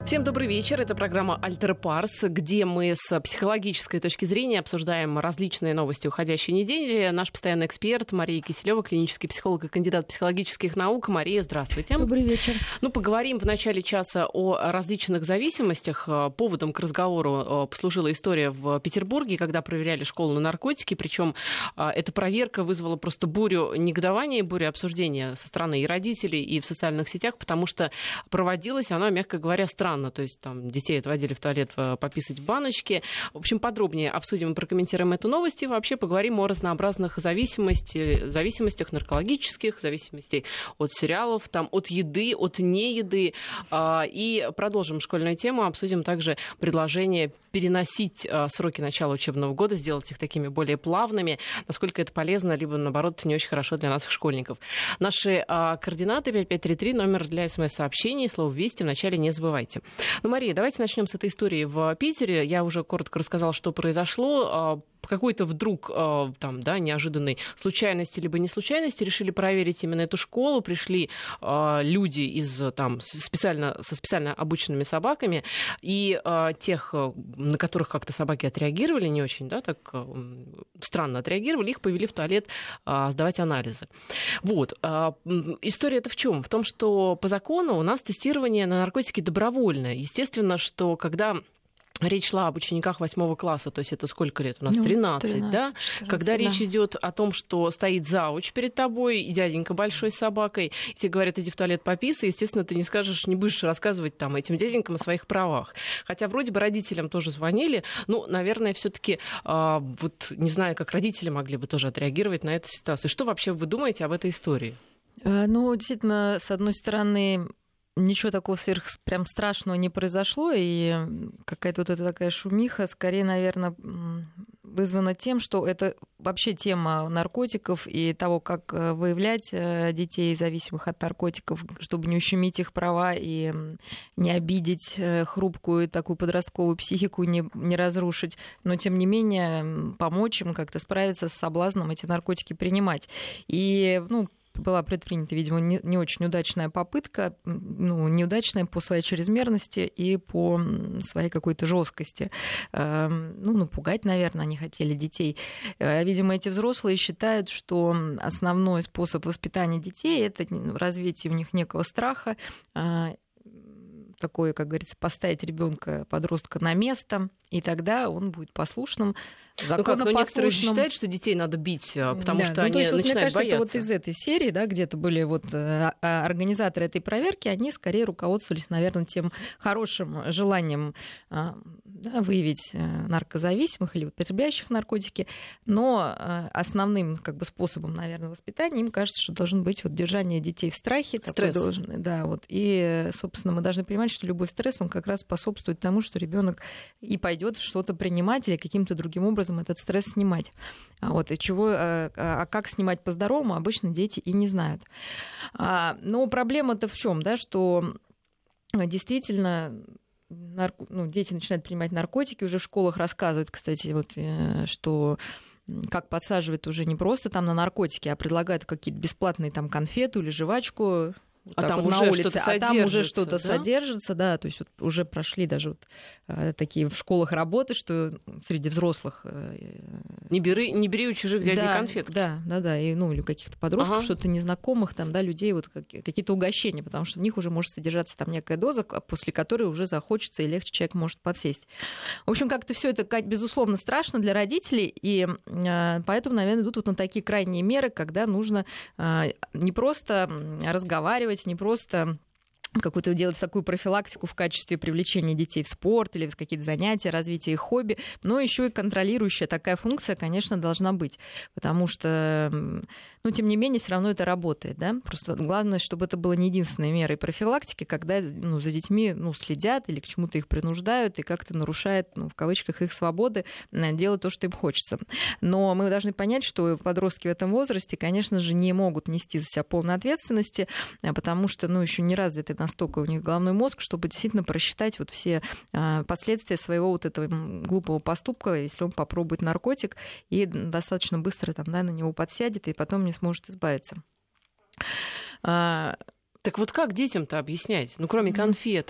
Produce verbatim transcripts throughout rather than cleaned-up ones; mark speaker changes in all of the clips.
Speaker 1: Всем добрый вечер. Это программа «Альтер Парс», где мы с психологической точки зрения обсуждаем различные новости уходящей недели. Наш постоянный эксперт Мария Киселева, клинический психолог и кандидат психологических наук. Мария, здравствуйте.
Speaker 2: Добрый вечер.
Speaker 1: Ну, поговорим в начале часа о различных зависимостях. Поводом к разговору послужила история в Петербурге, когда проверяли школу на наркотики. Причем эта проверка вызвала просто бурю негодования и бурю обсуждения со стороны и родителей, и в социальных сетях, потому что проводилась она, мягко говоря, странно. То есть там детей отводили в туалет пописать в баночке. В общем, подробнее обсудим и прокомментируем эту новость. И вообще поговорим о разнообразных зависимостях, зависимостях наркологических, зависимостей от сериалов, там, от еды, от нееды. И продолжим школьную тему. Обсудим также предложение переносить сроки начала учебного года, сделать их такими более плавными. Насколько это полезно, либо, наоборот, не очень хорошо для наших школьников. Наши координаты пять пять три три, номер для смс-сообщений, слово «Вести» в начале не забывайте. Ну, Мария, давайте начнем с этой истории в Питере. Я уже коротко рассказала, что произошло. По какой-то вдруг там, да, неожиданной случайности либо не случайности решили проверить именно эту школу. Пришли люди из, там, специально, со специально обученными собаками, и тех, на которых как-то собаки отреагировали не очень, да, так странно отреагировали, их повели в туалет сдавать анализы. Вот. История-то в чем? В том, что по закону у нас тестирование на наркотики добровольное. Естественно, что когда речь шла об учениках восьмого класса, то есть это сколько лет у нас? тринадцать, тринадцать да? четырнадцать, когда да. Речь идет о том, что стоит зауч перед тобой и дяденька большой с собакой, и тебе говорят, иди в туалет пописай, естественно, ты не скажешь, не будешь рассказывать там этим дяденькам о своих правах. Хотя вроде бы родителям тоже звонили, ну, наверное, все-таки а, вот не знаю, как родители могли бы тоже отреагировать на эту ситуацию. Что вообще вы думаете об этой истории?
Speaker 2: Ну, действительно, с одной стороны, ничего такого сверх прям страшного не произошло, и какая-то вот эта такая шумиха, скорее, наверное, вызвана тем, что это вообще тема наркотиков и того, как выявлять детей, зависимых от наркотиков, чтобы не ущемить их права и не обидеть хрупкую такую подростковую психику, не, не разрушить, но, тем не менее, помочь им как-то справиться с соблазном эти наркотики принимать. И, ну, была предпринята, видимо, не, не очень удачная попытка, ну, неудачная по своей чрезмерности и по своей какой-то жесткости. Ну, напугать, наверное, они хотели детей. Видимо, эти взрослые считают, что основной способ воспитания детей — это развитие у них некого страха, такое, как говорится, поставить ребенка, подростка на место, и тогда он будет послушным, законопослушным.
Speaker 1: Ну, как, но некоторые считают, что детей надо бить, потому да, что ну, они
Speaker 2: есть,
Speaker 1: начинают
Speaker 2: вот, мне кажется,
Speaker 1: бояться.
Speaker 2: Это вот из этой серии, да, где-то были вот организаторы этой проверки, они скорее руководствовались, наверное, тем хорошим желанием да, выявить наркозависимых или употребляющих наркотики, но основным как бы способом, наверное, воспитания им кажется, что должен быть вот держание детей в страхе.
Speaker 1: Стресс.
Speaker 2: Должен, да, вот. И, собственно, мы должны понимать, что любой стресс, он как раз способствует тому, что ребенок и пойдет что-то принимать или каким-то другим образом этот стресс снимать. Вот, и чего, а, а как снимать по-здоровому, обычно дети и не знают. А, но проблема-то в чем, да, что действительно нарко... ну, дети начинают принимать наркотики, уже в школах рассказывают, кстати, вот, что как подсаживают уже не просто там на наркотики, а предлагают какие-то бесплатные там конфету или жвачку.
Speaker 1: А там,
Speaker 2: вот
Speaker 1: уже
Speaker 2: на улице,
Speaker 1: а
Speaker 2: там уже что-то
Speaker 1: да?
Speaker 2: содержится, да, то есть вот уже прошли даже вот, э, такие в школах работы, что среди взрослых... Э,
Speaker 1: не, бери, не бери у чужих дядей
Speaker 2: да,
Speaker 1: конфетки.
Speaker 2: Да, да, да, и, ну, или каких-то подростков, ага. что-то незнакомых, там, да, людей, вот какие-то угощения, потому что в них уже может содержаться там некая доза, после которой уже захочется, и легче человек может подсесть. В общем, как-то все это, безусловно, страшно для родителей, и э, поэтому, наверное, идут вот на такие крайние меры, когда нужно э, не просто разговаривать, не просто какую-то делать такую профилактику в качестве привлечения детей в спорт или в какие-то занятия, развития их хобби, но еще и контролирующая такая функция, конечно, должна быть, потому что, ну, тем не менее, все равно это работает, да, просто главное, чтобы это было не единственной мерой профилактики, когда, ну, за детьми, ну, следят или к чему-то их принуждают и как-то нарушает, ну, в кавычках, их свободы делать то, что им хочется. Но мы должны понять, что подростки в этом возрасте, конечно же, не могут нести за себя полной ответственности, потому что, ну, еще не развиты настолько у них головной мозг, чтобы действительно просчитать вот все последствия своего вот этого глупого поступка, если он попробует наркотик и достаточно быстро там, да, на него подсядет и потом не сможет избавиться.
Speaker 1: Так вот как детям-то объяснять? Ну, кроме конфеток.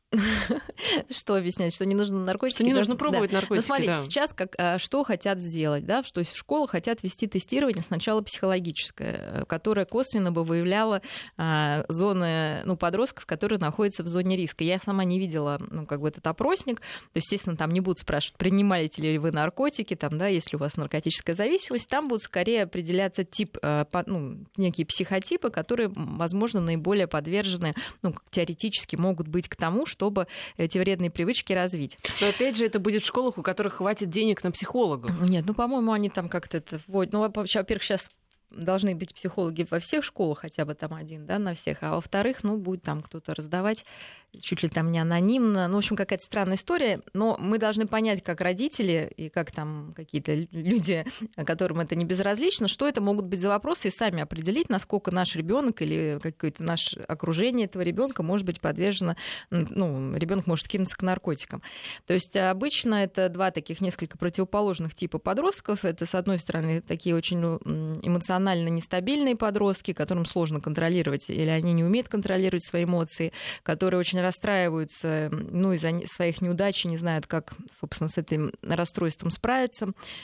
Speaker 2: Что объяснять? Что не нужно наркотики?
Speaker 1: Что не нужно пробовать
Speaker 2: да.
Speaker 1: наркотики,
Speaker 2: Ну, смотрите,
Speaker 1: да.
Speaker 2: сейчас как, что хотят сделать, да? То есть в школу хотят вести тестирование сначала психологическое, которое косвенно бы выявляло а, зоны, ну, подростков, которые находятся в зоне риска. Я сама не видела, ну, как бы этот опросник, то есть, естественно, там не будут спрашивать, принимаете ли вы наркотики, там, да, если у вас наркотическая зависимость, там будут скорее определяться тип, ну, некие психотипы, которые, возможно, наиболее подвержены, ну, теоретически могут быть к тому, чтобы эти вредные привычки развить.
Speaker 1: Но опять же, это будет в школах, у которых хватит денег на психолога.
Speaker 2: Нет, ну, по-моему, они там как-то это вводят. Ну, во-первых, сейчас должны быть психологи во всех школах, хотя бы там один, да, на всех, а во-вторых, ну, будет там кто-то раздавать, чуть ли там не анонимно, ну, в общем, какая-то странная история, но мы должны понять, как родители и как там какие-то люди, которым это не безразлично, что это могут быть за вопросы, и сами определить, насколько наш ребенок или какое-то наше окружение этого ребенка может быть подвержено, ну, ребенок может кинуться к наркотикам. То есть обычно это два таких несколько противоположных типа подростков. Это, с одной стороны, такие очень эмоциональные, эмоционально нестабильные подростки, которым сложно контролировать, или они не умеют контролировать свои эмоции, которые очень расстраиваются, ну, из-за своих неудач и не знают, как, собственно, с этим расстройством справиться.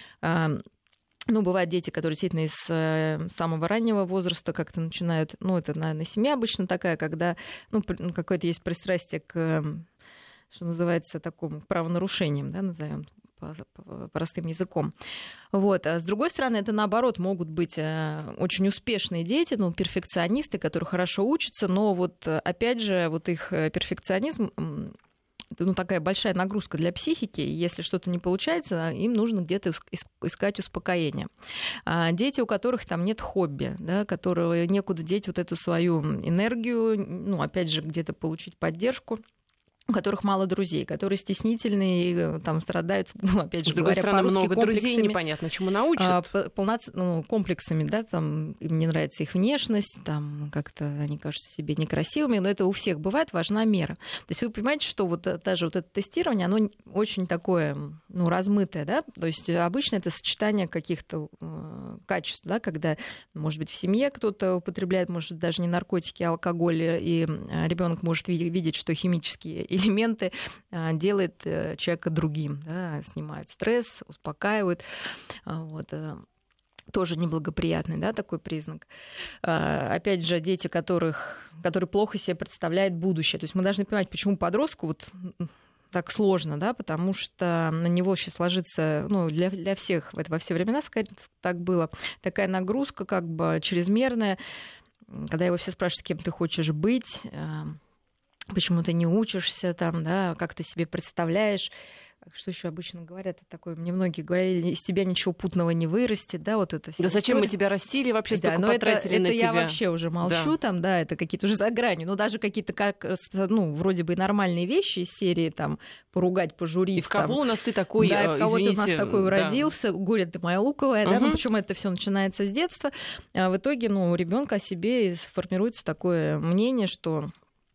Speaker 2: Ну, бывают дети, которые действительно из самого раннего возраста как-то начинают, ну, это, наверное, семья обычно такая, когда, ну, какое-то есть пристрастие к, что называется, такому правонарушениям, да, назовем простым языком. Вот. А с другой стороны, это наоборот могут быть очень успешные дети, ну, перфекционисты, которые хорошо учатся, но вот опять же вот их перфекционизм, ну, такая большая нагрузка для психики, и если что-то не получается, им нужно где-то искать успокоение. А дети, у которых там нет хобби, да, которые некуда деть вот эту свою энергию, ну, опять же, где-то получить поддержку, у которых мало друзей, которые стеснительные, там страдают, ну, опять же,
Speaker 1: с другой
Speaker 2: говоря,
Speaker 1: стороны, много друзей,
Speaker 2: комплексами,
Speaker 1: непонятно, чему научат.
Speaker 2: Полноц... ну, комплексами, да, там, им не нравится их внешность, там, как-то они кажутся себе некрасивыми, но это у всех бывает, важна мера. То есть вы понимаете, что вот даже вот это тестирование, оно очень такое, ну, размытое, да, то есть обычно это сочетание каких-то э, качеств, да, когда, может быть, в семье кто-то употребляет, может, даже не наркотики, а алкоголь, и ребенок может видеть, что химические элементы делает человека другим, да, снимают стресс, успокаивают. Вот. Тоже неблагоприятный, да, такой признак. Опять же, дети, которых, которые плохо себе представляют будущее. То есть мы должны понимать, почему подростку вот так сложно, да, потому что на него сейчас ложится, ну, для, для всех во все времена, сказать, так было, такая нагрузка как бы чрезмерная, когда его все спрашивают, кем ты хочешь быть, почему ты не учишься, там, да, как ты себе представляешь. Что еще обычно говорят? Это такое, мне многие говорили, из тебя ничего путного не вырастет, да, вот это все.
Speaker 1: Да зачем мы тебя растили, вообще столько
Speaker 2: да,
Speaker 1: потратили
Speaker 2: это,
Speaker 1: на
Speaker 2: это
Speaker 1: тебя.
Speaker 2: Я вообще уже молчу, да. Там, да, это какие-то уже за гранью, но даже какие-то, как, ну, вроде бы нормальные вещи из серии, там, поругать, пожурить.
Speaker 1: И в кого
Speaker 2: там,
Speaker 1: у нас ты такой,
Speaker 2: да, и в кого
Speaker 1: извините,
Speaker 2: ты у нас такой уродился, да. Горе ты моя луковая, угу. Да, ну, почему это все начинается с детства. А в итоге, ну, у ребенка о себе сформируется такое мнение, что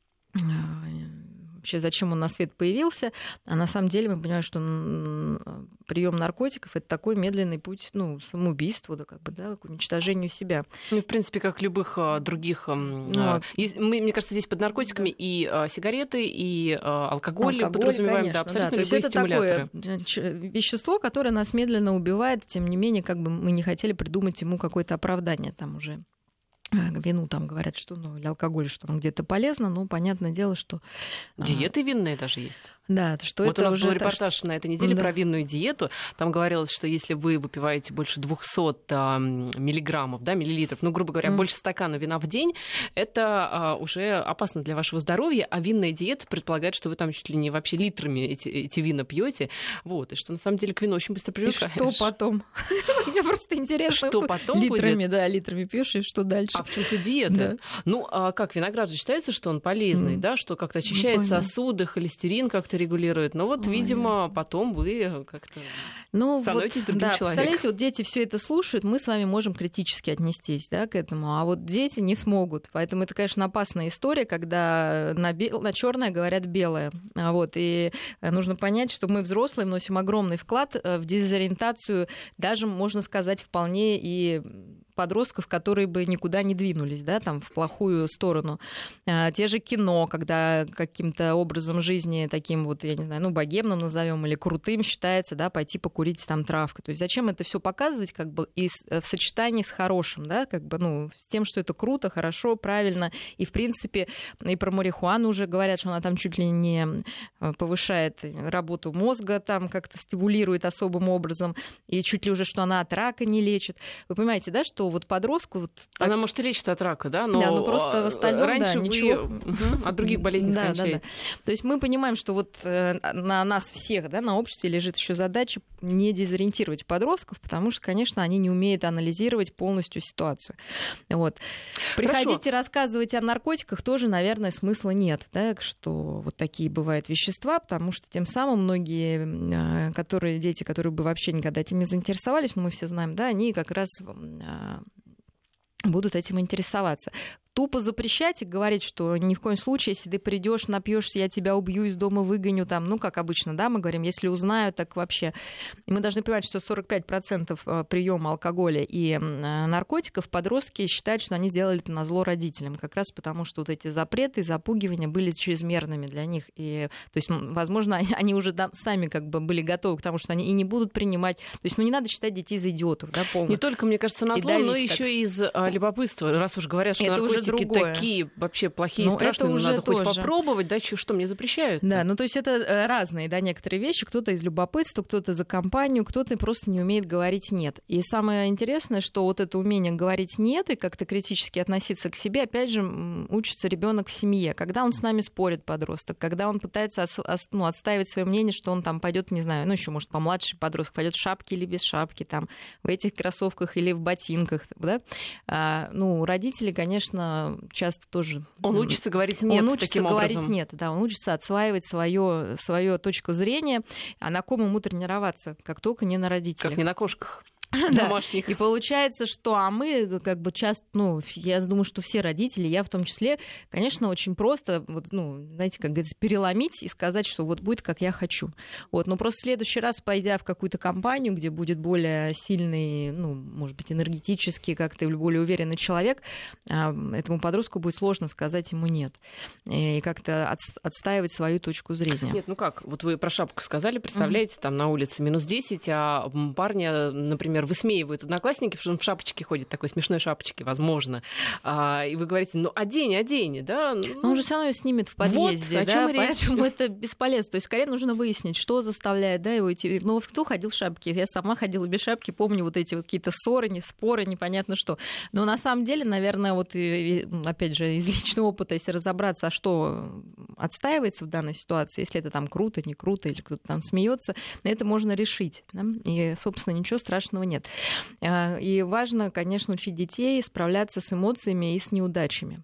Speaker 2: вообще зачем он на свет появился, а на самом деле мы понимаем, что прием наркотиков — это такой медленный путь, ну, самоубийству, да, как бы, да, к уничтожению себя.
Speaker 1: Ну, в принципе, как любых а, других. Ну, есть, мы, мне кажется, здесь под наркотиками да. и а, сигареты, и а, алкоголь, алкоголь подразумеваем, конечно, да, абсолютно да. любые
Speaker 2: это
Speaker 1: стимуляторы.
Speaker 2: Такое вещество, которое нас медленно убивает, тем не менее, как бы мы не хотели придумать ему какое-то оправдание там уже. Вину там говорят, что, ну, или алкоголь, что он где-то полезно, но понятное дело, что...
Speaker 1: Диеты винные даже есть.
Speaker 2: Да, что
Speaker 1: вот
Speaker 2: это
Speaker 1: у нас
Speaker 2: уже...
Speaker 1: был репортаж
Speaker 2: это...
Speaker 1: на этой неделе
Speaker 2: да.
Speaker 1: про винную диету. Там говорилось, что если вы выпиваете больше двести а, миллиграммов, да, миллилитров, ну, грубо говоря, mm. больше стакана вина в день, это а, уже опасно для вашего здоровья, а винная диета предполагает, что вы там чуть ли не вообще литрами эти, эти вина пьете, вот, и что на самом деле к вину очень быстро привыкаешь.
Speaker 2: И что потом? Мне просто интересно.
Speaker 1: Что потом
Speaker 2: литрами, да, литрами пьешь, и что дальше?
Speaker 1: А в чем все диета? Да. Ну, а как виноград же считается, что он полезный, mm. да, что как-то очищает ну, сосуды, холестерин как-то регулирует. Но вот, Ой, видимо, нет. потом вы как-то
Speaker 2: ну,
Speaker 1: становитесь
Speaker 2: вот,
Speaker 1: другим
Speaker 2: да,
Speaker 1: человеком.
Speaker 2: Представляете, вот дети все это слушают, мы с вами можем критически отнестись, да, к этому, а вот дети не смогут. Поэтому это, конечно, опасная история, когда на, бел... на черное говорят белое. Вот, и нужно понять, что мы, взрослые, вносим огромный вклад в дезориентацию, даже, можно сказать, вполне и подростков, которые бы никуда не двинулись, да, там, в плохую сторону. Те же кино, когда каким-то образом жизни таким вот, я не знаю, ну, богемным назовем или крутым считается, да, пойти покурить там травку. То есть зачем это все показывать, как бы, и в сочетании с хорошим, да, как бы, ну, с тем, что это круто, хорошо, правильно, и, в принципе, и про марихуану уже говорят, что она там чуть ли не повышает работу мозга, там как-то стимулирует особым образом, и чуть ли уже, что она от рака не лечит. Вы понимаете, да, что вот подростку... Вот так...
Speaker 1: Она, может, и лечит от рака, да? Но,
Speaker 2: да, но просто в остальном,
Speaker 1: раньше
Speaker 2: да,
Speaker 1: вы
Speaker 2: ничего...
Speaker 1: от других болезней
Speaker 2: да,
Speaker 1: скончаетесь.
Speaker 2: Да, да. То есть мы понимаем, что вот на нас всех, да, на обществе лежит еще задача не дезориентировать подростков, потому что, конечно, они не умеют анализировать полностью ситуацию. Вот. Приходите,
Speaker 1: Хорошо.
Speaker 2: рассказывать о наркотиках тоже, наверное, смысла нет, да, что вот такие бывают вещества, потому что тем самым многие, которые, дети, которые бы вообще никогда этим не заинтересовались, но мы все знаем, да, они как раз будут этим интересоваться. Тупо запрещать и говорить, что ни в коем случае, если ты придешь, напьешься, я тебя убью, из дома выгоню, там, ну, как обычно, да, мы говорим, если узнаю, так вообще. И мы должны понимать, что сорок пять процентов приема алкоголя и наркотиков подростки считают, что они сделали это назло родителям, как раз потому, что вот эти запреты, запугивания были чрезмерными для них. И, то есть, возможно, они уже сами как бы были готовы к тому, что они и не будут принимать. То есть, ну, не надо считать детей за идиотов, да, полных.
Speaker 1: Не только, мне кажется, назло, но еще и из любопытства. Раз уж говорят, что
Speaker 2: это
Speaker 1: наркотики
Speaker 2: другое.
Speaker 1: Такие вообще плохие,
Speaker 2: ну,
Speaker 1: страшные, но надо
Speaker 2: тоже.
Speaker 1: хоть попробовать, да, что мне запрещают?
Speaker 2: Да, ну то есть это разные, да, некоторые вещи. Кто-то из любопытства, кто-то за компанию, кто-то просто не умеет говорить «нет». И самое интересное, что вот это умение говорить «нет» и как-то критически относиться к себе, опять же, учится ребенок в семье. Когда он с нами спорит, подросток, когда он пытается ну, отстаивать свое мнение, что он там пойдет, не знаю, ну еще, может, помладший подросток, пойдет в шапке или без шапки, там, в этих кроссовках или в ботинках, да. А, ну, родители, конечно, часто тоже...
Speaker 1: Он учится говорить «нет»
Speaker 2: Он учится
Speaker 1: таким
Speaker 2: говорить
Speaker 1: образом.
Speaker 2: «нет», да, он учится отсваивать свою, свою точку зрения, а на ком ему тренироваться, как только не на родителях.
Speaker 1: Как не на кошках.
Speaker 2: Да.
Speaker 1: Домашних.
Speaker 2: И получается, что а мы как бы часто, ну, я думаю, что все родители, я в том числе, конечно, очень просто, вот, ну, знаете, как говорится, переломить и сказать, что вот будет, как я хочу. Вот, но просто в следующий раз, пойдя в какую-то компанию, где будет более сильный, ну, может быть, энергетический, как-то более уверенный человек, этому подростку будет сложно сказать ему нет. И как-то отстаивать свою точку зрения.
Speaker 1: Нет, ну как, вот вы про шапку сказали, представляете, mm-hmm. там на улице минус десять, а парня, например, высмеивают одноклассники, потому что он в шапочке ходит, такой смешной шапочке, возможно. А, и вы говорите, ну, одень, одень, да? Ну,
Speaker 2: но он же все равно ее снимет в подъезде,
Speaker 1: вот,
Speaker 2: да, поэтому это бесполезно. То есть, скорее нужно выяснить, что заставляет, да, его идти. Ну, кто ходил в шапке? Я сама ходила без шапки, помню вот эти вот какие-то ссоры, не споры, непонятно что. Но на самом деле, наверное, вот, опять же, из личного опыта, если разобраться, а что отстаивается в данной ситуации, если это там круто, не круто, или кто-то там смеется, это можно решить. Да? И, собственно, ничего страшного нет. И важно, конечно, учить детей справляться с эмоциями и с неудачами.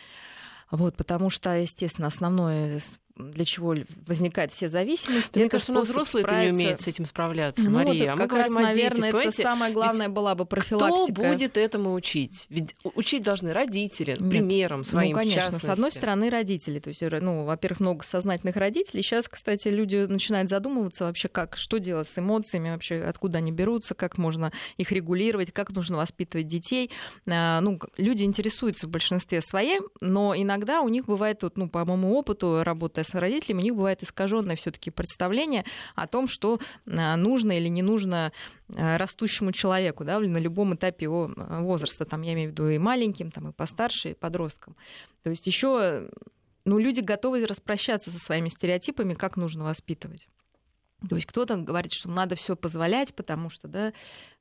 Speaker 2: Вот, потому что, естественно, основное, для чего возникают все зависимости.
Speaker 1: Мне кажется, у нас взрослые справиться... не умеют с этим справляться,
Speaker 2: ну,
Speaker 1: Мария.
Speaker 2: Вот, а как раз, наверное, это понимаете? Самое главное Ведь была бы профилактика.
Speaker 1: Кто будет этому учить? Ведь учить должны родители, Нет. примером своим,
Speaker 2: ну, конечно,
Speaker 1: в частности.
Speaker 2: С одной стороны, родители. То есть, ну, во-первых, много сознательных родителей. Сейчас, кстати, люди начинают задумываться вообще, как, что делать с эмоциями, вообще, откуда они берутся, как можно их регулировать, как нужно воспитывать детей. Ну, люди интересуются в большинстве своем, но иногда у них бывает, ну, по моему опыту, работая с родителями, у них бывает искаженное все-таки представление о том, что нужно или не нужно растущему человеку, да, на любом этапе его возраста. Там, я имею в виду и маленьким, там, и постарше, и подросткам. То есть еще ну, люди готовы распрощаться со своими стереотипами, как нужно воспитывать. То есть кто-то говорит, что надо все позволять, потому что, да,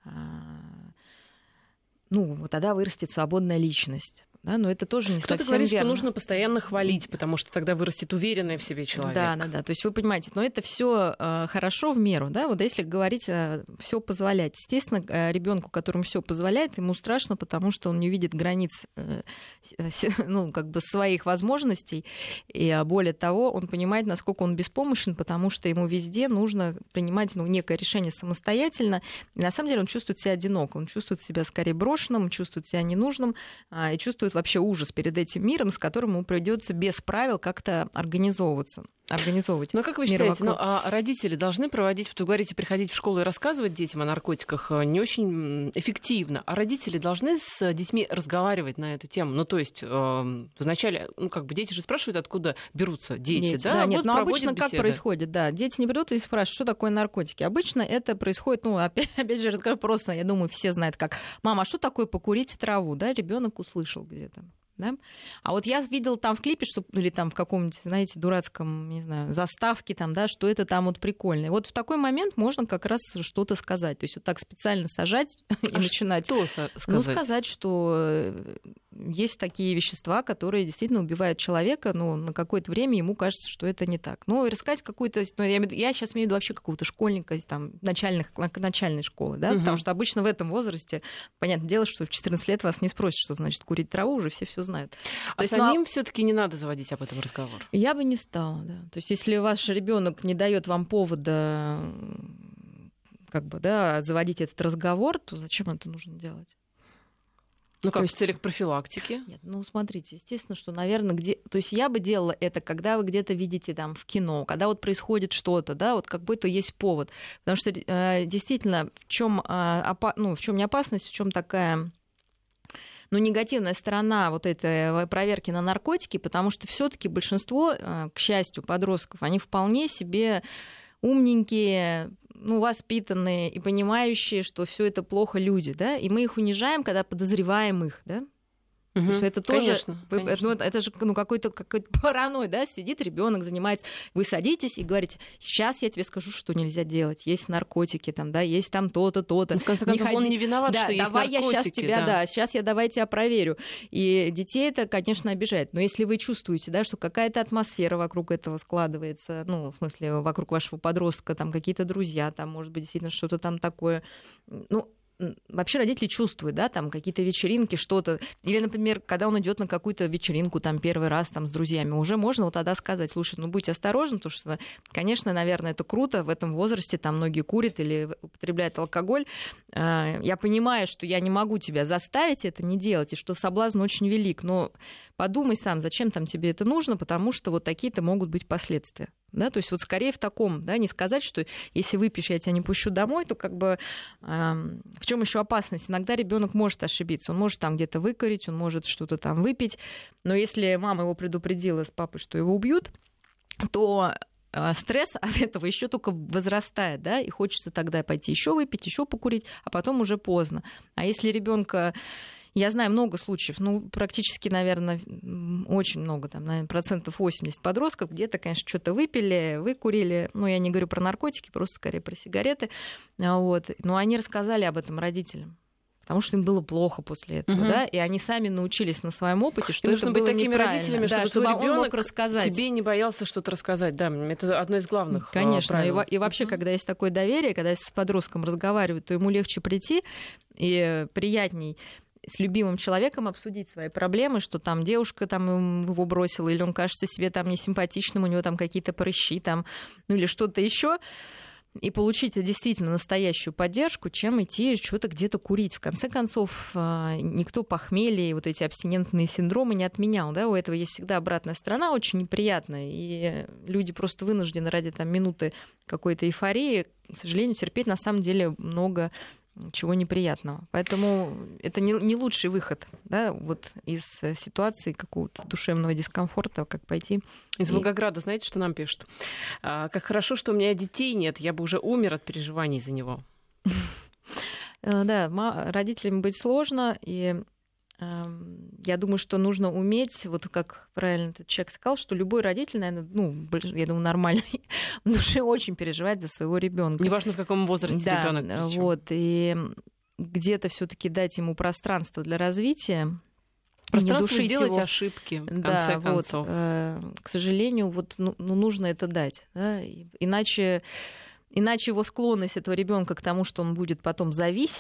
Speaker 2: ну, вот тогда вырастет свободная личность. Да, но это тоже не
Speaker 1: Кто-то
Speaker 2: совсем
Speaker 1: говорит,
Speaker 2: верно.
Speaker 1: Что нужно постоянно хвалить, потому что тогда вырастет уверенный в себе человек.
Speaker 2: Да, да, да. То есть вы понимаете, но это все э, хорошо в меру, да. Вот если говорить, э, все позволять, естественно, э, ребенку, которому все позволяет, ему страшно, потому что он не видит границ, э, э, ну, как бы своих возможностей, и более того, он понимает, насколько он беспомощен, потому что ему везде нужно принимать, ну, некое решение самостоятельно. И на самом деле он чувствует себя одиноко, он чувствует себя скорее брошенным, чувствует себя ненужным э, и чувствует вообще ужас перед этим миром, с которым ему придется без правил как-то организовываться. организовывать.
Speaker 1: Ну, как вы считаете, ну, а родители должны проводить, вот вы говорите, приходить в школу и рассказывать детям о наркотиках не очень эффективно, а родители должны с детьми разговаривать на эту тему? Ну, то есть э, вначале, ну, как бы дети же спрашивают, откуда берутся дети,
Speaker 2: дети
Speaker 1: да?
Speaker 2: Да, нет,
Speaker 1: вот
Speaker 2: но обычно
Speaker 1: беседы.
Speaker 2: Как происходит, да, дети не берут и спрашивают, что такое наркотики. Обычно это происходит, ну, опять, опять же, расскажу просто, я думаю, все знают, как, мама, а что такое покурить траву, да, ребенок услышал где-то. Да? А вот я видела там в клипе, что, или там в каком-нибудь, знаете, дурацком, не знаю, заставке, там, да, что это там вот прикольно. Вот в такой момент можно как раз что-то сказать. То есть вот так специально сажать и а начинать.
Speaker 1: Что сказать?
Speaker 2: Ну, сказать, что есть такие вещества, которые действительно убивают человека, но на какое-то время ему кажется, что это не так. Ну, и рассказать какую-то... Ну, я, я сейчас имею в виду вообще какого-то школьника, там, начальных, начальной школы, да, угу. Потому что обычно в этом возрасте, понятное дело, что в четырнадцать лет вас не спросят, что значит курить траву, уже все все знают.
Speaker 1: А То есть, самим ну, а... все-таки не надо заводить об этом разговор? Я
Speaker 2: бы не стала, да. То есть если ваш ребенок не дает вам повода как бы, да, заводить этот разговор, то зачем это нужно делать?
Speaker 1: Ну, как, то есть, в целях профилактики?
Speaker 2: Нет, ну, смотрите, естественно, что, наверное, где... То есть я бы делала это, когда вы где-то видите там в кино, когда вот происходит что-то, да, вот как будто есть повод. Потому что э, действительно, в чем, э, опа... ну, в чем не опасность, в чем такая... Ну, негативная сторона вот этой проверки на наркотики, потому что все-таки большинство, к счастью, подростков, они вполне себе умненькие, ну, воспитанные и понимающие, что все это плохо люди, да, и мы их унижаем, когда подозреваем их, да. Угу, то есть это тоже, конечно, конечно. Ну, это же ну, какой-то, какой-то паранойй, да, сидит ребенок, занимается, вы садитесь и говорите, сейчас я тебе скажу, что нельзя делать, есть наркотики, там, да, есть там то-то, то-то.
Speaker 1: Ну, в конце концов, не он ходи... не виноват,
Speaker 2: да,
Speaker 1: что есть
Speaker 2: давай
Speaker 1: наркотики.
Speaker 2: Я сейчас тебя, да. да, сейчас я давай тебя проверю. И детей это, конечно, обижает. Но если вы чувствуете, да, что какая-то атмосфера вокруг этого складывается, ну, в смысле, вокруг вашего подростка, там какие-то друзья, там, может быть, действительно что-то там такое, ну, вообще родители чувствуют, да, там какие-то вечеринки, что-то. Или, например, когда он идет на какую-то вечеринку там первый раз там с друзьями, уже можно вот тогда сказать, слушай, ну будь осторожен, потому что, конечно, наверное, это круто, в этом возрасте там многие курят или употребляют алкоголь. Я понимаю, что я не могу тебя заставить это не делать, и что соблазн очень велик, но подумай сам, зачем там тебе это нужно, потому что вот такие-то могут быть последствия. Да, то есть вот скорее в таком, да, не сказать, что если выпьешь, я тебя не пущу домой, то как бы э, в чем еще опасность? Иногда ребенок может ошибиться, он может там где-то выкурить, он может что-то там выпить, но если мама его предупредила с папой, что его убьют, то э, стресс от этого еще только возрастает, да, и хочется тогда пойти еще выпить, еще покурить, а потом уже поздно. А если ребенка Я знаю много случаев, ну, практически, наверное, очень много, там, наверное, процентов восемьдесят подростков где-то, конечно, что-то выпили, выкурили, ну, я не говорю про наркотики, просто скорее про сигареты, вот, но они рассказали об этом родителям. Потому что им было плохо после этого, угу. да, и они сами научились на своем опыте, что и это было
Speaker 1: такими
Speaker 2: неправильно.
Speaker 1: Родителями,
Speaker 2: да,
Speaker 1: чтобы,
Speaker 2: чтобы
Speaker 1: он
Speaker 2: мог рассказать.
Speaker 1: Тебе не боялся что-то рассказать, да, это одно из главных
Speaker 2: Конечно,
Speaker 1: правил.
Speaker 2: и, и вообще, угу. когда есть такое доверие, когда с подростком разговаривают, то ему легче прийти и приятней с любимым человеком обсудить свои проблемы, что там девушка там его бросила, или он кажется себе там несимпатичным, у него там какие-то прыщи, там, ну или что-то еще, и получить действительно настоящую поддержку, чем идти что-то где-то курить. В конце концов, никто похмелье и вот эти абстинентные синдромы не отменял. Да? У этого есть всегда обратная сторона, очень неприятная, и люди просто вынуждены ради там, минуты какой-то эйфории, к сожалению, терпеть на самом деле много чего неприятного. Поэтому это не, не лучший выход, да, вот из ситуации какого-то душевного дискомфорта, как пойти.
Speaker 1: Из и... Волгограда, знаете, что нам пишут? А, как хорошо, что у меня детей нет, я бы уже умер от переживаний за него.
Speaker 2: Да, родителям быть сложно, и я думаю, что нужно уметь, вот как правильно этот человек сказал, что любой родитель, наверное, ну, я думаю, нормальный, в душе очень переживает за своего ребенка.
Speaker 1: Неважно, в каком возрасте
Speaker 2: да,
Speaker 1: ребенок.
Speaker 2: Причем. Вот, и где-то все-таки дать ему пространство для развития.
Speaker 1: Пространство
Speaker 2: не
Speaker 1: сделать
Speaker 2: его.
Speaker 1: ошибки, в конце
Speaker 2: да,
Speaker 1: концов.
Speaker 2: Вот, э, к сожалению, вот, ну, ну, нужно это дать. Да? Иначе... Иначе его склонность этого ребенка к тому, что он будет потом зависимым,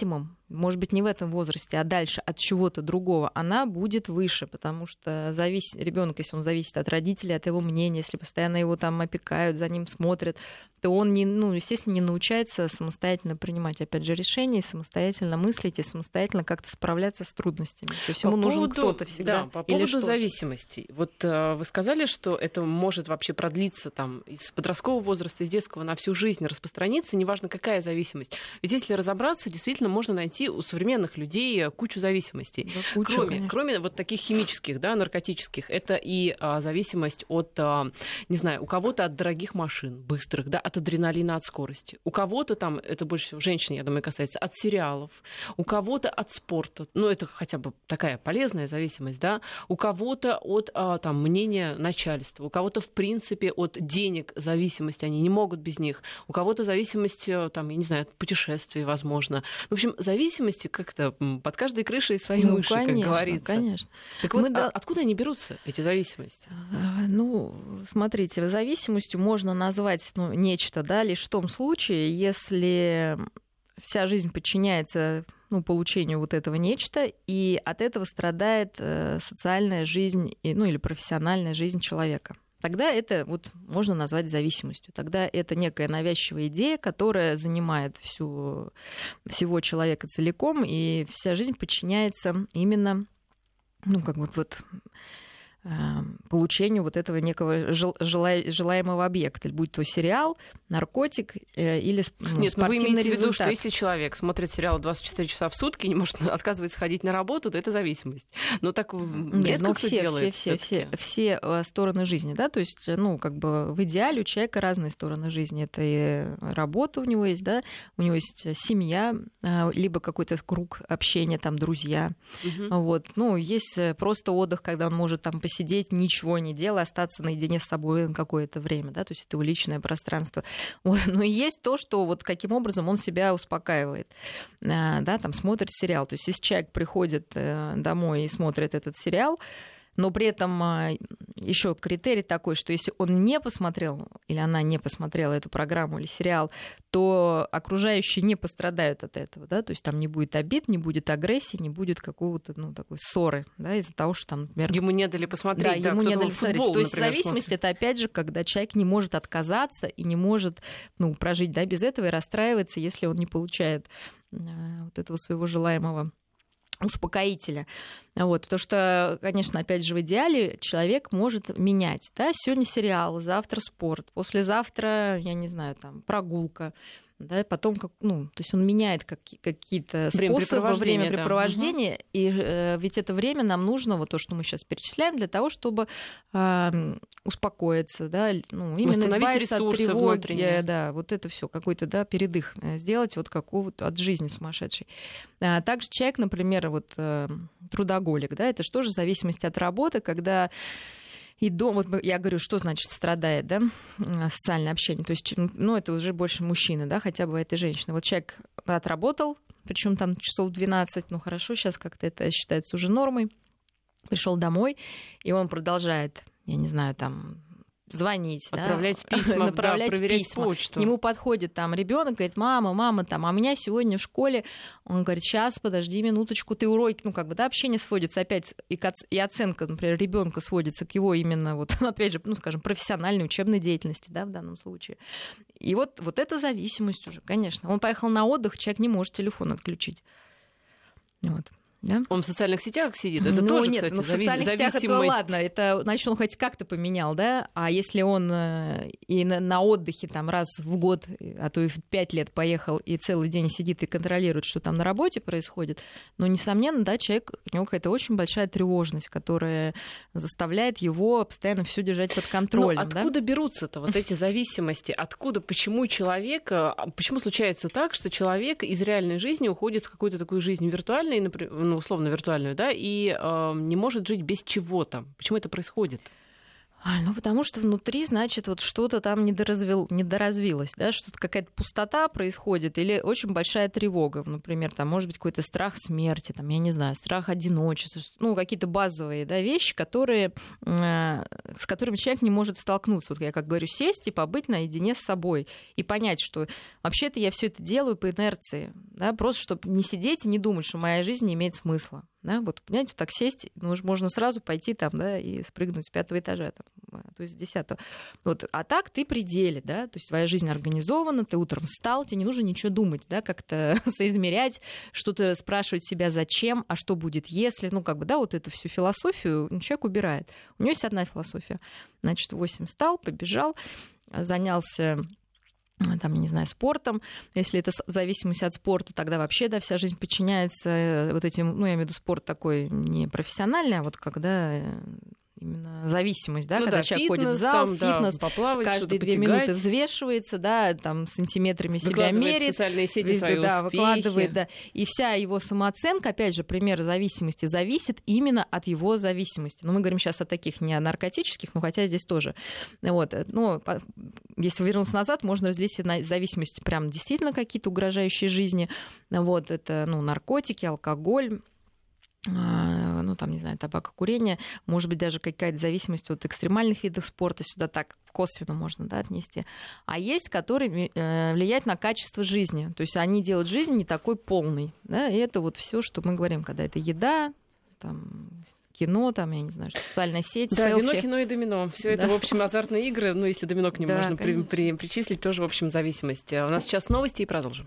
Speaker 2: может быть, не в этом возрасте, а дальше от чего-то другого, она будет выше, потому что завис... ребенок, если он зависит от родителей, от его мнения, если постоянно его там опекают, за ним смотрят, то он, не, ну, естественно, не научается самостоятельно принимать, опять же, решения, самостоятельно мыслить и самостоятельно как-то справляться с трудностями. То есть по ему поводу, нужен кто-то всегда.
Speaker 1: Да, по поводу или зависимостей. Вот э, вы сказали, что это может вообще продлиться там, из подросткового возраста, из детского на всю жизнь распространиться, неважно, какая зависимость. Ведь если разобраться, действительно можно найти у современных людей кучу зависимостей.
Speaker 2: Да, кучу,
Speaker 1: кроме, кроме вот таких химических, да, наркотических. Это и а, зависимость от, а, не знаю, у кого-то от дорогих машин, быстрых, да, от адреналина, от скорости. У кого-то там, это больше всего женщин, я думаю, касается, от сериалов. У кого-то от спорта. Ну, это хотя бы такая полезная зависимость, да. У кого-то от а, там, мнения начальства. У кого-то, в принципе, от денег зависимость. Они не могут без них. У кого-то зависимость, там, я не знаю, от путешествий, возможно. В общем, зависимости как-то под каждой крышей свои
Speaker 2: ну,
Speaker 1: мыши,
Speaker 2: конечно,
Speaker 1: как говорится.
Speaker 2: Конечно.
Speaker 1: Так вот, а откуда они берутся, эти зависимости?
Speaker 2: Ну, смотрите, зависимостью можно назвать ну, нечто, да, лишь в том случае, если вся жизнь подчиняется ну, получению вот этого нечто, и от этого страдает социальная жизнь, ну, или профессиональная жизнь человека. Тогда это вот можно назвать зависимостью. Тогда это некая навязчивая идея, которая занимает всю, всего человека целиком, и вся жизнь подчиняется именно ну, как бы вот, получению вот этого некого желаемого объекта, будь то сериал, наркотик или ну,
Speaker 1: Нет,
Speaker 2: спортивный
Speaker 1: вы имеете
Speaker 2: результат.
Speaker 1: в виду, что если человек смотрит сериал двадцать четыре часа в сутки и не может отказывается ходить на работу, то это зависимость. Но так
Speaker 2: нет, но все, все, все, все, все стороны жизни, да, то есть, ну, как бы в идеале у человека разные стороны жизни. Это и работа у него есть, да, у него есть семья, либо какой-то круг общения, там, друзья. Угу. Вот. Ну, есть просто отдых, когда он может там посидеть, ничего не делая, остаться наедине с собой на какое-то время, да, то есть это его личное пространство. Вот. Но есть то, что вот каким образом он себя успокаивает, да, там смотрит сериал. То есть если человек приходит домой и смотрит этот сериал, но при этом еще критерий такой, что если он не посмотрел или она не посмотрела эту программу или сериал, то окружающие не пострадают от этого, да, то есть там не будет обид, не будет агрессии, не будет какого-то, ну, такой ссоры, да, из-за того, что там, например...
Speaker 1: Ему не дали посмотреть,
Speaker 2: да,
Speaker 1: да,
Speaker 2: ему не дали
Speaker 1: посмотреть.
Speaker 2: Футбол, то есть например, зависимость смотрит. Это, опять же, когда человек не может отказаться и не может, ну, прожить, да, без этого и расстраивается, если он не получает вот этого своего желаемого успокоителя. Вот, потому что, конечно, опять же, в идеале человек может менять. Да? Сегодня сериал, завтра спорт, послезавтра, я не знаю, там, прогулка. Да, потом, как, ну, то есть он меняет как, какие-то способы времяпрепровождения, да. И э, ведь это время нам нужно, вот то, что мы сейчас перечисляем, для того, чтобы э, успокоиться, да, ну, именно избавиться от тревоги, да, вот это все какой-то, да, передых сделать вот какого-то от жизни сумасшедшей. А также человек, например, вот э, трудоголик, да, это что же зависимость от работы, когда и дома, вот я говорю, что значит страдает, да, социальное общение. То есть, ну, это уже больше мужчина, да, хотя бывает и женщина. Вот человек отработал, причем там часов двенадцать, ну, хорошо, сейчас как-то это считается уже нормой. Пришел домой, и он продолжает, я не знаю, там, звонить,
Speaker 1: отправлять
Speaker 2: да,
Speaker 1: письма,
Speaker 2: направлять
Speaker 1: да, проверять
Speaker 2: письма.
Speaker 1: почту.
Speaker 2: К нему подходит там ребенок, говорит: мама, мама, там, а у меня сегодня в школе, он говорит: сейчас, подожди минуточку, ты уроки, ну, как бы, да, общение сводится опять, и, и оценка, например, ребенка сводится к его именно, вот, опять же, ну, скажем, профессиональной, учебной деятельности, да, в данном случае. И вот, вот это зависимость уже, конечно. Он поехал на отдых, человек не может телефон отключить. Вот. Да?
Speaker 1: Он в социальных сетях сидит, это
Speaker 2: ну,
Speaker 1: тоже,
Speaker 2: нет,
Speaker 1: кстати,
Speaker 2: ну, в социальных
Speaker 1: зависимость.
Speaker 2: сетях это ладно, это, значит, он хоть как-то поменял, да, а если он и на, на отдыхе там раз в год, а то и в пять лет поехал и целый день сидит и контролирует, что там на работе происходит, ну, несомненно, да, человек, у него какая-то очень большая тревожность, которая заставляет его постоянно все держать под контролем.
Speaker 1: Но откуда
Speaker 2: да?
Speaker 1: берутся-то вот эти зависимости? Откуда, почему человек, почему случается так, что человек из реальной жизни уходит в какую-то такую жизнь виртуальную, например, ну, условно виртуальную, да, и э, не может жить без чего-то. Почему это происходит?
Speaker 2: Ну, потому что внутри, значит, вот что-то там недоразвил, недоразвилось, да, что-то какая-то пустота происходит или очень большая тревога, например, там может быть какой-то страх смерти, там, я не знаю, страх одиночества, ну, какие-то базовые, да, вещи, которые, э, с которыми человек не может столкнуться. Вот я, как говорю, сесть и побыть наедине с собой и понять, что вообще-то я все это делаю по инерции, да, просто чтобы не сидеть и не думать, что моя жизнь не имеет смысла. Да, вот, понимаете, вот так сесть, ну, можно сразу пойти там, да, и спрыгнуть с пятого этажа, там, то есть с десятого. Вот, а так ты при деле, да, то есть твоя жизнь организована, ты утром встал, тебе не нужно ничего думать, да, как-то соизмерять, что-то спрашивать себя, зачем, а что будет, если, ну, как бы, да, вот эту всю философию человек убирает. У него есть одна философия. Значит, в восемь встал, побежал, занялся там, я не знаю, спортом. Если это зависимость от спорта, тогда вообще, да, вся жизнь подчиняется вот этим, ну, я имею в виду спорт такой не профессиональный, а вот когда именно зависимость, да,
Speaker 1: ну,
Speaker 2: когда
Speaker 1: да,
Speaker 2: человек
Speaker 1: фитнес,
Speaker 2: ходит в зал,
Speaker 1: там,
Speaker 2: фитнес,
Speaker 1: да, поплавать,
Speaker 2: каждые две минуты взвешивается, да, там сантиметрами себя меряет,
Speaker 1: в социальные сети свои
Speaker 2: да,
Speaker 1: успехи.
Speaker 2: Выкладывает, да, и вся его самооценка, опять же, пример зависимости, зависит именно от его зависимости. Но мы говорим сейчас о таких не о наркотических, но хотя здесь тоже. Вот, ну, если вернуться назад, можно разделить на зависимости прям действительно какие-то угрожающие жизни. Вот, это, ну, наркотики, алкоголь, ну, там, не знаю, табакокурение, может быть, даже какая-то зависимость от экстремальных видов спорта, сюда так косвенно можно, да, отнести. А есть, которые влияют на качество жизни, то есть они делают жизнь не такой полной, да, и это вот все, что мы говорим, когда это еда, там, кино, там, я не знаю, социальная сеть,
Speaker 1: да,
Speaker 2: селфи.
Speaker 1: вино, кино и домино. Все да. это, в общем, азартные игры, ну, если домино к ним да, можно при, при, причислить, тоже, в общем, зависимость. У нас сейчас новости и продолжим.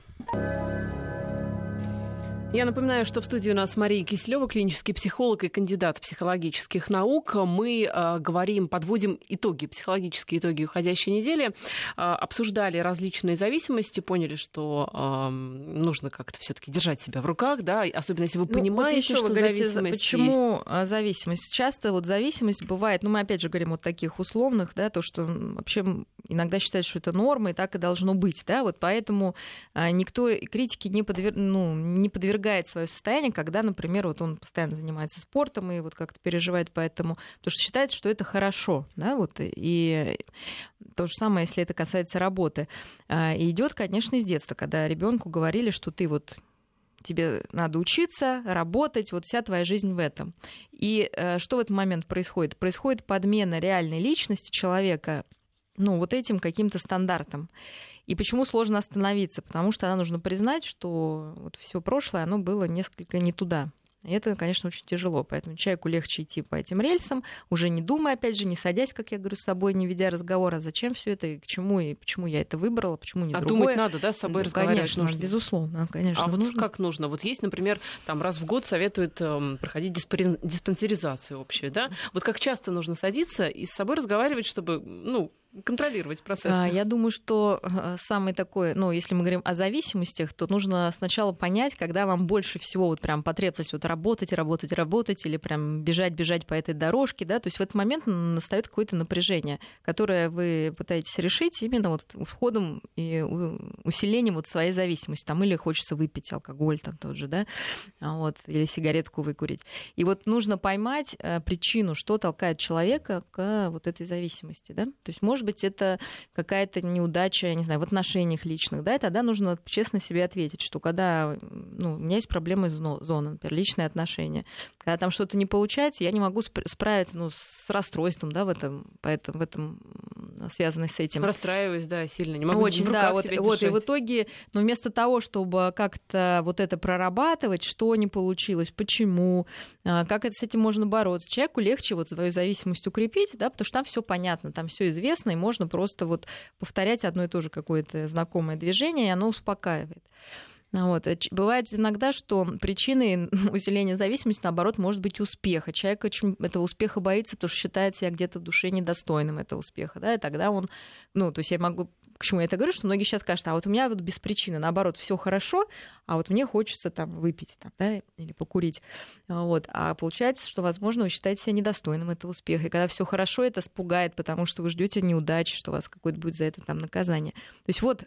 Speaker 1: Я напоминаю, что в студии у нас Мария Киселева, клинический психолог и кандидат психологических наук. Мы э, говорим, подводим итоги, психологические итоги уходящей недели, э, обсуждали различные зависимости, поняли, что э, нужно как-то все-таки держать себя в руках, да, особенно если вы ну, понимаете, вот что вы говорите, зависимость
Speaker 2: почему
Speaker 1: есть.
Speaker 2: Зависимость? Часто вот зависимость бывает, ну мы опять же говорим вот таких условных, да, то, что вообще иногда считают, что это норма, и так и должно быть, да, вот поэтому э, никто критике не, подвер... ну, не подвергается свое состояние, когда, например, вот он постоянно занимается спортом и вот как-то переживает по этому, потому что считает, что это хорошо, да, вот, и то же самое, если это касается работы. И идет, конечно, из детства, когда ребенку говорили, что ты вот тебе надо учиться, работать, вот вся твоя жизнь в этом. И что в этот момент происходит? Происходит подмена реальной личности человека, ну, вот этим каким-то стандартом. И почему сложно остановиться? Потому что она нужно признать, что вот все прошлое, оно было несколько не туда. И это, конечно, очень тяжело. Поэтому человеку легче идти по этим рельсам, уже не думая, опять же, не садясь, как я говорю, с собой, не ведя разговора, зачем все это, и к чему, и почему я это выбрала, почему не
Speaker 1: а
Speaker 2: другое.
Speaker 1: Думать надо, да, с собой
Speaker 2: ну,
Speaker 1: разговаривать
Speaker 2: конечно,
Speaker 1: нужно.
Speaker 2: Безусловно, конечно.
Speaker 1: А вот
Speaker 2: нужно.
Speaker 1: как нужно? Вот есть, например, там раз в год советуют эм, проходить диспари... диспансеризацию общую, да? Вот как часто нужно садиться и с собой разговаривать, чтобы, ну, контролировать процесс?
Speaker 2: Я думаю, что самый такой, ну, если мы говорим о зависимостях, то нужно сначала понять, когда вам больше всего вот прям потребность вот работать, работать, работать, или прям бежать, бежать по этой дорожке, да, то есть в этот момент настает какое-то напряжение, которое вы пытаетесь решить именно вот уходом и усилением вот своей зависимости, там, или хочется выпить алкоголь, там, тот же, да, вот, или сигаретку выкурить. И вот нужно поймать причину, что толкает человека к вот этой зависимости, да, то есть, может быть, это какая-то неудача, я не знаю, в отношениях личных, да, и тогда нужно честно себе ответить, что когда, ну, у меня есть проблемы с зоной, например, личные отношения, когда там что-то не получается, я не могу справиться, ну, с расстройством, да, в этом, поэтому, в этом связанной с этим.
Speaker 1: Расстраиваюсь, да, сильно, не могу
Speaker 2: Очень, да, вот, вот, и в итоге, ну, вместо того, чтобы как-то вот это прорабатывать, что не получилось, почему, как это с этим можно бороться, человеку легче вот свою зависимость укрепить, да, потому что там все понятно, там все известно, и можно просто вот повторять одно и то же какое-то знакомое движение, и оно успокаивает. Вот. Бывает иногда, что причиной усиления зависимости, наоборот, может быть успех. А человек очень этого успеха боится, потому что считает себя где-то в душе недостойным этого успеха. Да? И тогда он... Ну, то есть я могу... К чему я это говорю? Что многие сейчас скажут, а вот у меня вот без причины, наоборот, все хорошо, а вот мне хочется там выпить там, да, или покурить. Вот. А получается, что, возможно, вы считаете себя недостойным этого успеха. И когда все хорошо, это спугает, потому что вы ждете неудачи, что у вас какое-то будет за это там наказание. То есть вот...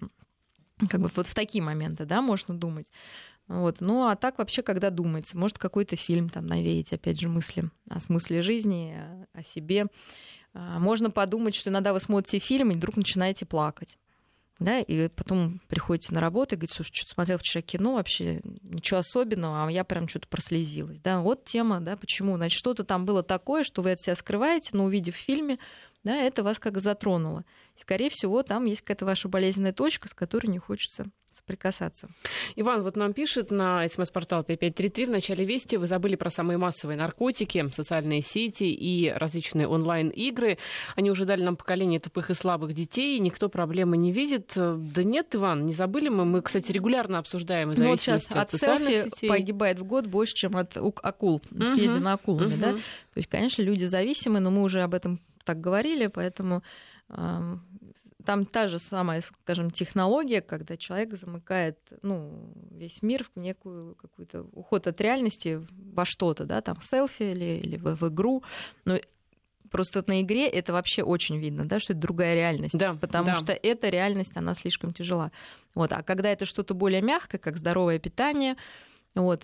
Speaker 2: Как бы вот в такие моменты, да, можно думать. Вот. Ну, а так вообще, когда думается, может какой-то фильм там навеять, опять же, мысли о смысле жизни, о себе. Можно подумать, что иногда вы смотрите фильм и вдруг начинаете плакать. Да, и потом приходите на работу и говорите: слушай, что-то смотрел вчера кино, вообще ничего особенного, а я прям что-то прослезилась. Да, вот тема, да, почему. Значит, что-то там было такое, что вы от себя скрываете, но увидев в фильме, да, это вас как затронуло. И, скорее всего, там есть какая-то ваша болезненная точка, с которой не хочется соприкасаться.
Speaker 1: Иван вот нам пишет на смс-портал пять пять три три: в начале вести вы забыли про самые массовые наркотики, социальные сети и различные онлайн-игры. Они уже дали нам поколение тупых и слабых детей, никто проблемы не видит. Да нет, Иван, не забыли мы. Мы, кстати, регулярно обсуждаем
Speaker 2: ну, вот
Speaker 1: зависимости
Speaker 2: от,
Speaker 1: от социальных
Speaker 2: селфи
Speaker 1: сетей.
Speaker 2: Погибает в год больше, чем от акул, uh-huh. съедено акулами. Uh-huh. Да? То есть, конечно, люди зависимы, но мы уже об этом так говорили, поэтому э, там та же самая, скажем, технология, когда человек замыкает, ну, весь мир в некую какую-то уход от реальности во что-то, да, там в селфи или, или в, в игру. Но просто на игре это вообще очень видно, да, что это другая реальность,
Speaker 1: да,
Speaker 2: потому
Speaker 1: да.
Speaker 2: что эта реальность, она слишком тяжела. Вот. А когда это что-то более мягкое, как здоровое питание, вот,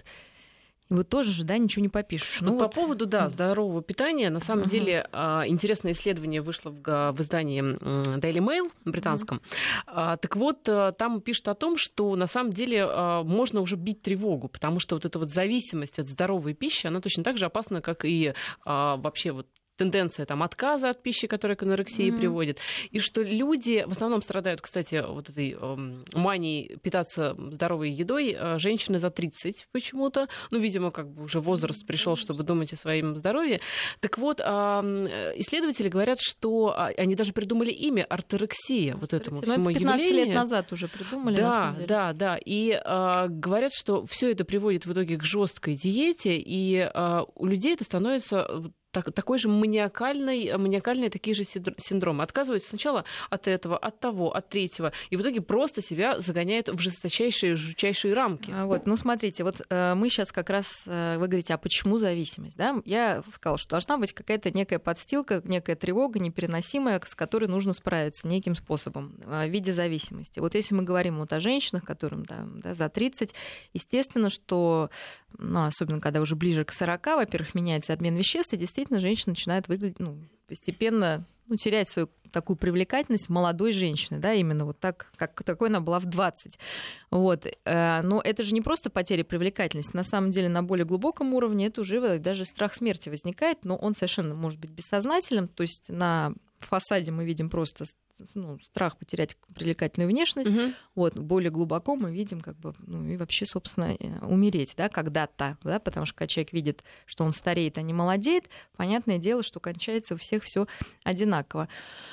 Speaker 2: и вот тоже же, да, ничего не попишешь.
Speaker 1: Ну,
Speaker 2: ну,
Speaker 1: по
Speaker 2: вот...
Speaker 1: поводу, да, здорового питания, на самом uh-huh. деле интересное исследование вышло в, в издании Daily Mail британском. Uh-huh. Так вот, там пишут о том, что на самом деле можно уже бить тревогу, потому что вот эта вот зависимость от здоровой пищи, она точно так же опасна, как и вообще вот тенденция там, отказа от пищи, которая к анорексии mm-hmm. приводит, и что люди в основном страдают, кстати, вот этой э, манией питаться здоровой едой, э, женщины за тридцать почему-то, ну, видимо, как бы уже возраст пришел, чтобы думать о своем здоровье. Так вот, э, исследователи говорят, что они даже придумали имя орторексия, вот этому
Speaker 2: ну,
Speaker 1: всему
Speaker 2: это пятнадцать
Speaker 1: явлению.
Speaker 2: лет назад уже придумали.
Speaker 1: Да, да, да, и э, говорят, что все это приводит в итоге к жесткой диете, и э, у людей это становится такой же маниакальный, маниакальные такие же синдромы. Отказываются сначала от этого, от того, от третьего, и в итоге просто себя загоняют в жесточайшие, жутчайшие рамки.
Speaker 2: Вот, ну, смотрите, вот э, мы сейчас как раз, э, вы говорите, а почему зависимость? Да? Я сказала, что должна быть какая-то некая подстилка, некая тревога непереносимая, с которой нужно справиться неким способом э, в виде зависимости. Вот если мы говорим вот о женщинах, которым там, да, за тридцать, естественно, что, ну, особенно когда уже ближе к сорока, во-первых, меняется обмен веществ, и действительно женщина начинает выглядеть, ну, постепенно, ну, терять свою такую привлекательность молодой женщины, да, именно вот так, как такой она была в двадцать. Вот. Но это же не просто потеря привлекательности, на самом деле на более глубоком уровне это уже даже страх смерти возникает, но он совершенно может быть бессознательным, то есть на фасаде мы видим просто, ну, страх потерять привлекательную внешность, угу. Вот, более глубоко мы видим, как бы, ну, и вообще, собственно, умереть, да, когда-то, да, потому что когда человек видит, что он стареет, а не молодеет, понятное дело, что кончается у всех все одинаково.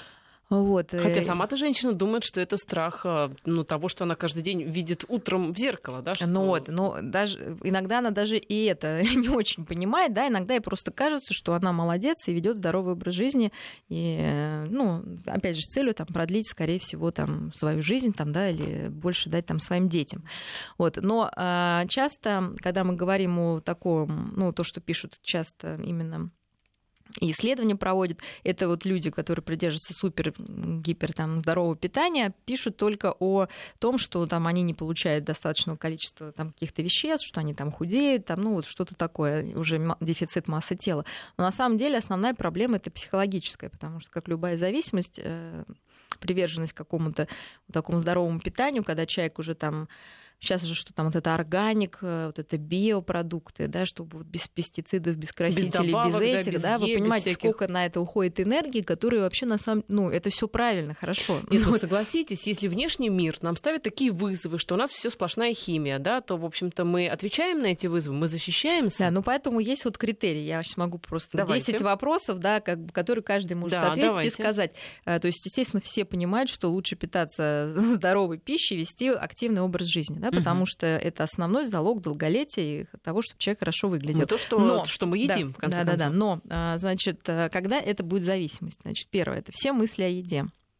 Speaker 2: Вот.
Speaker 1: Хотя сама-то женщина думает, что это страх, ну, того, что она каждый день видит утром в зеркало, да? Что...
Speaker 2: Ну вот, но даже, иногда она даже и это не очень понимает, да, иногда ей просто кажется, что она молодец и ведет здоровый образ жизни, и, ну, опять же, с целью там, продлить, скорее всего, там, свою жизнь, там, да, или больше дать там, своим детям. Вот. Но а, часто, когда мы говорим о таком, ну, то, что пишут часто именно и исследования проводят, это вот люди, которые придерживаются супер-гипер там, здорового питания, пишут только о том, что там, они не получают достаточного количества там, каких-то веществ, что они там худеют, там, ну вот что-то такое, уже дефицит массы тела. Но на самом деле основная проблема это психологическая, потому что, как любая зависимость, приверженность к какому-то вот такому здоровому питанию, когда человек уже там сейчас же что там, вот это органик, вот это биопродукты, да, чтобы вот без пестицидов, без красителей, без, добавок, без этих, да, без да, вы понимаете, всяких... сколько на это уходит энергии, которые вообще на самом, ну, это все правильно, хорошо.
Speaker 1: Нет, ну, согласитесь, если внешний мир нам ставит такие вызовы, что у нас все сплошная химия, да, то, в общем-то, мы отвечаем на эти вызовы, мы защищаемся.
Speaker 2: Да, ну поэтому есть вот критерии. Я сейчас могу просто давайте. десять вопросов, да, как, которые каждый может да, ответить давайте. и сказать. То есть, естественно, все понимают, что лучше питаться здоровой пищей, вести активный образ жизни, да, потому что это основной залог долголетия и того, чтобы человек хорошо выглядел.
Speaker 1: Не то, что,
Speaker 2: но,
Speaker 1: что мы едим,
Speaker 2: да,
Speaker 1: в конце
Speaker 2: да,
Speaker 1: концов.
Speaker 2: Да, да, но, значит, когда это будет зависимость? Значит, первое, это все мысли о еде.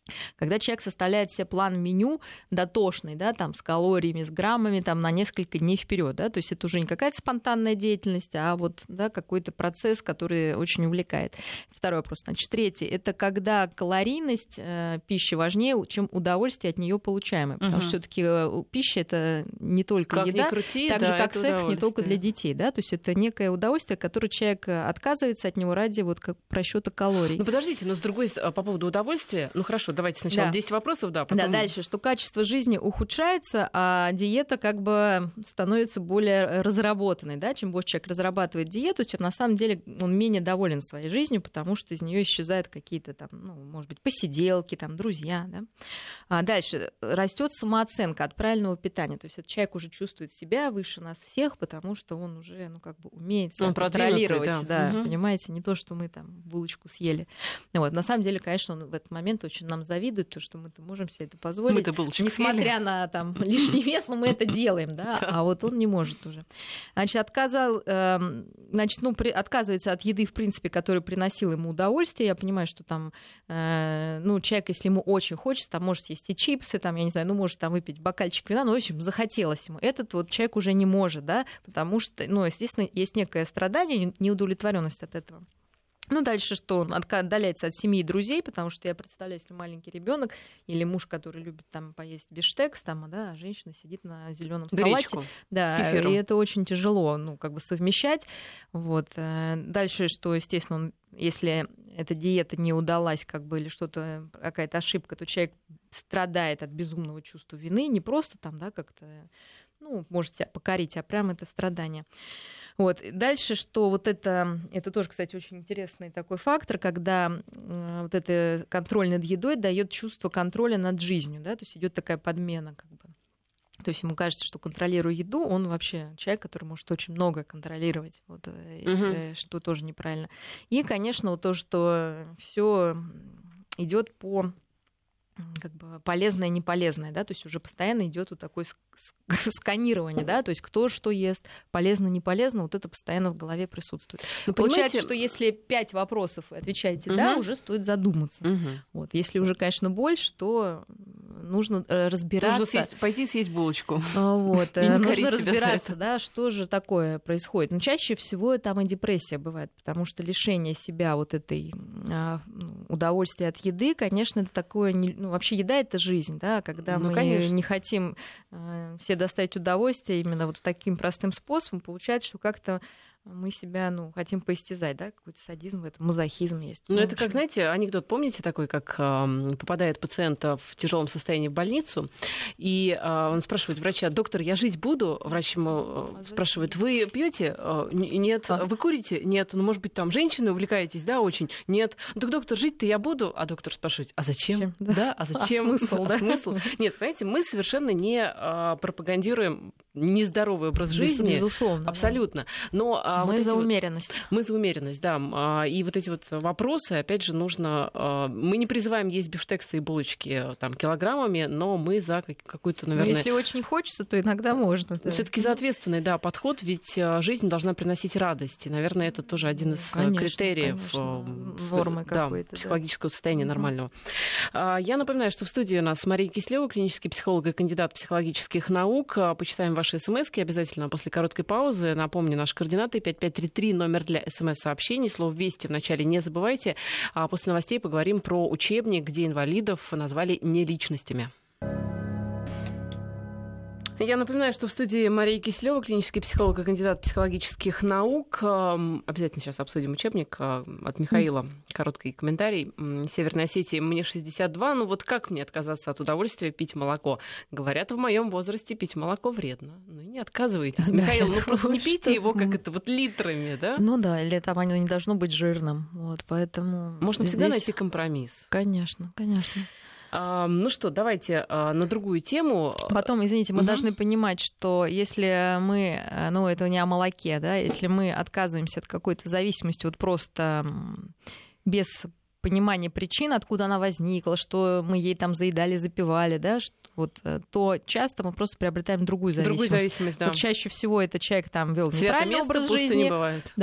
Speaker 2: Когда человек составляет себе план меню дотошный, да, там, с калориями, с граммами там, на несколько дней вперед, да, то есть это уже не какая-то спонтанная деятельность, а вот, да, какой-то процесс, который очень увлекает. Второй вопрос. Значит, третий. Это когда калорийность э, пищи важнее, чем удовольствие от нее получаемое. Потому угу. что все-таки пища это не только
Speaker 1: как
Speaker 2: еда,
Speaker 1: ни крути,
Speaker 2: так
Speaker 1: да,
Speaker 2: же, как секс, не только для детей. Да? То есть это некое удовольствие, которое человек отказывается от него ради вот, как просчета калорий.
Speaker 1: Ну подождите, но с другой стороны, по поводу удовольствия, ну хорошо, давайте сначала
Speaker 2: да.
Speaker 1: десять вопросов, да, потом...
Speaker 2: Да, дальше, что качество жизни ухудшается, а диета как бы становится более разработанной, да, чем больше человек разрабатывает диету, тем на самом деле он менее доволен своей жизнью, потому что из нее исчезают какие-то там, ну, может быть, посиделки, там, друзья, да. А дальше растет самооценка от правильного питания, то есть вот человек уже чувствует себя выше нас всех, потому что он уже, ну, как бы умеет себя контролировать, да, да угу. понимаете, не то, что мы там булочку съели. Вот, на самом деле, конечно, он в этот момент очень нам завидует, то, что мы-то можем себе это позволить, несмотря съели. на там лишний вес, но мы это делаем, да, а вот он не может уже. Значит, отказал, э, значит, ну, при, отказывается от еды, в принципе, которая приносила ему удовольствие. Я понимаю, что там, э, ну, человек, если ему очень хочется, там может есть и чипсы, там, я не знаю, ну, может там выпить бокальчик вина, но, в общем, захотелось ему. Этот вот человек уже не может, да, потому что, ну, естественно, есть некое страдание, неудовлетворенность от этого. Ну, дальше что? Он отдаляется от семьи и друзей, потому что я представляю, если маленький ребенок или муж, который любит там поесть бифштекс, там, да, а женщина сидит на зеленом салате. Да, и это очень тяжело, ну, как бы совмещать. Вот. Дальше, что, естественно, он, если эта диета не удалась, как бы, или что-то, какая-то ошибка, то человек страдает от безумного чувства вины, не просто там, да, как-то, ну, может себя покорить, а прям это страдание. Вот. Дальше, что вот это, это тоже, кстати, очень интересный такой фактор, когда э, вот это контроль над едой дает чувство контроля над жизнью, да, то есть идет такая подмена, как бы. То есть ему кажется, что контролируя еду, он вообще человек, который может очень много контролировать, вот, uh-huh. что тоже неправильно. И, конечно, вот то, что все идет по как бы полезное, не полезное, да, то есть уже постоянно идет вот такое сканирование, да, то есть кто что ест, полезно, не полезно, вот это постоянно в голове присутствует. Но получается, что если пять вопросов вы отвечаете угу. да, уже стоит задуматься. Угу. Вот, если уже, конечно, больше, то нужно разбираться.
Speaker 1: Нужно съесть, пойти съесть булочку.
Speaker 2: Вот, нужно разбираться, да, что же такое происходит. Но чаще всего там и депрессия бывает, потому что лишение себя вот этой удовольствия от еды, конечно, это такое, ну, вообще еда — это жизнь, да, когда ну, мы конечно. не хотим э, все доставить удовольствие именно вот таким простым способом, получается, что как-то мы себя, ну, хотим поистязать, да, какой-то садизм в этом, мазохизм есть.
Speaker 1: Ну, это как, знаете, анекдот, помните такой, как э, попадает пациент в тяжелом состоянии в больницу, и э, он спрашивает врача: доктор, я жить буду? Врач ему э, спрашивает: вы пьете? Э, нет. А? Вы курите? Нет. Ну, может быть, там женщины увлекаетесь, да, очень? Нет. Ну, так, доктор, жить-то я буду? А доктор спрашивает: а зачем? Зачем? Да. да, а зачем?
Speaker 2: А смысл,
Speaker 1: а
Speaker 2: да?
Speaker 1: смысл? Нет, понимаете, мы совершенно не э, пропагандируем нездоровый образ жизни.
Speaker 2: Безусловно.
Speaker 1: Абсолютно. Да. Но
Speaker 2: А мы вот за умеренность.
Speaker 1: Вот, мы за умеренность, да. И вот эти вот вопросы, опять же, нужно... Мы не призываем есть бифштексы и булочки там, килограммами, но мы за какую-то, наверное...
Speaker 2: Но если очень хочется, то иногда можно. Да.
Speaker 1: Все-таки за ответственный, да, подход, ведь жизнь должна приносить радость. И, наверное, это тоже один из конечно, критериев
Speaker 2: конечно. Нормы
Speaker 1: да, психологического да. состояния нормального. Mm-hmm. Я напоминаю, что в студии у нас Мария Кислева, клинический психолог и кандидат психологических наук. Почитаем ваши смски обязательно после короткой паузы. Напомню, наши координаты пять пять три три, номер для смс-сообщений. Слово «Вести» вначале не забывайте. А после новостей поговорим про учебник, где инвалидов назвали неличностями. Я напоминаю, что в студии Мария Кислева, клинический психолог и кандидат психологических наук. Обязательно сейчас обсудим учебник от Михаила. Короткий комментарий. Северной Осетии мне шестьдесят два. Ну вот как мне отказаться от удовольствия пить молоко? Говорят, в моем возрасте пить молоко вредно. Ну не отказывайтесь. Михаил, ну просто не пейте его как это вот литрами, да?
Speaker 2: Ну да, или там оно не должно быть жирным. Вот, поэтому
Speaker 1: можно всегда найти компромисс.
Speaker 2: Конечно, конечно.
Speaker 1: А, ну что, давайте а, на другую тему.
Speaker 2: Потом, извините, мы угу. должны понимать, что если мы, ну это не о молоке, да, если мы отказываемся от какой-то зависимости вот просто без понимания причин, откуда она возникла, что мы ей там заедали, запивали, да, что, вот, то часто мы просто приобретаем другую зависимость.
Speaker 1: Другую зависимость, да.
Speaker 2: Вот чаще всего это человек там вел неправильный образ жизни.
Speaker 1: Не бывает.
Speaker 2: Да.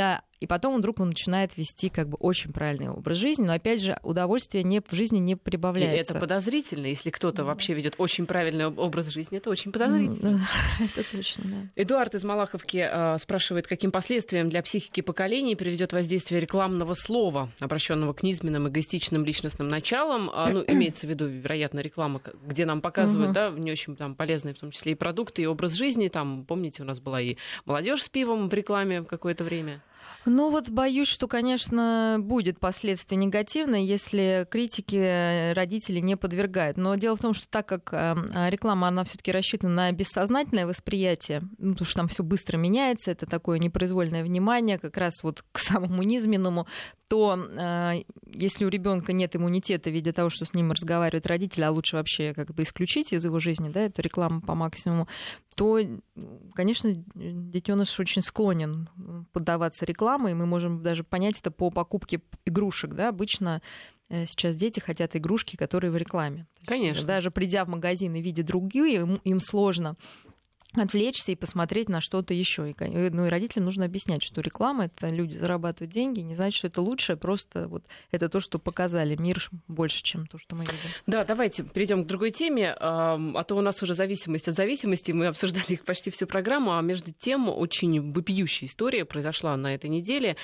Speaker 2: И потом вдруг он начинает вести как бы очень правильный образ жизни, но опять же удовольствие не, в жизни не прибавляется.
Speaker 1: И это подозрительно, если кто-то вообще ведет очень правильный образ жизни, это очень подозрительно.
Speaker 2: Это точно, да.
Speaker 1: Эдуард из Малаховки э, спрашивает, каким последствиям для психики поколений приведет воздействие рекламного слова, обращенного к низменным, эгоистичным личностным началам. А, ну, имеется в виду, вероятно, реклама, где нам показывают, uh-huh. да, не очень там полезные, в том числе и продукты, и образ жизни. Там, помните, у нас была и молодежь с пивом в рекламе какое-то время.
Speaker 2: Ну вот боюсь, что, конечно, будет последствия негативные, если критики родители не подвергают. Но дело в том, что так как реклама, она все-таки рассчитана на бессознательное восприятие, ну, потому что там все быстро меняется, это такое непроизвольное внимание как раз вот к самому низменному, то если у ребенка нет иммунитета в виде того, что с ним разговаривает родитель, а лучше вообще как бы исключить из его жизни, да, эту рекламу по максимуму, то, конечно, детеныш очень склонен поддаваться рекламе, и мы можем даже понять это по покупке игрушек. Да? Обычно сейчас дети хотят игрушки, которые в рекламе.
Speaker 1: Конечно.
Speaker 2: Даже придя в магазин и видя другие, им, им сложно отвлечься и посмотреть на что-то еще. Ну и родителям нужно объяснять, что реклама — это люди зарабатывают деньги, не значит, что это лучше, просто вот это то, что показали. Мир больше, чем то, что мы видим.
Speaker 1: Да, давайте перейдем к другой теме, а то у нас уже зависимость от зависимости, мы обсуждали их почти всю программу, а между тем очень вопиющая история произошла на этой неделе.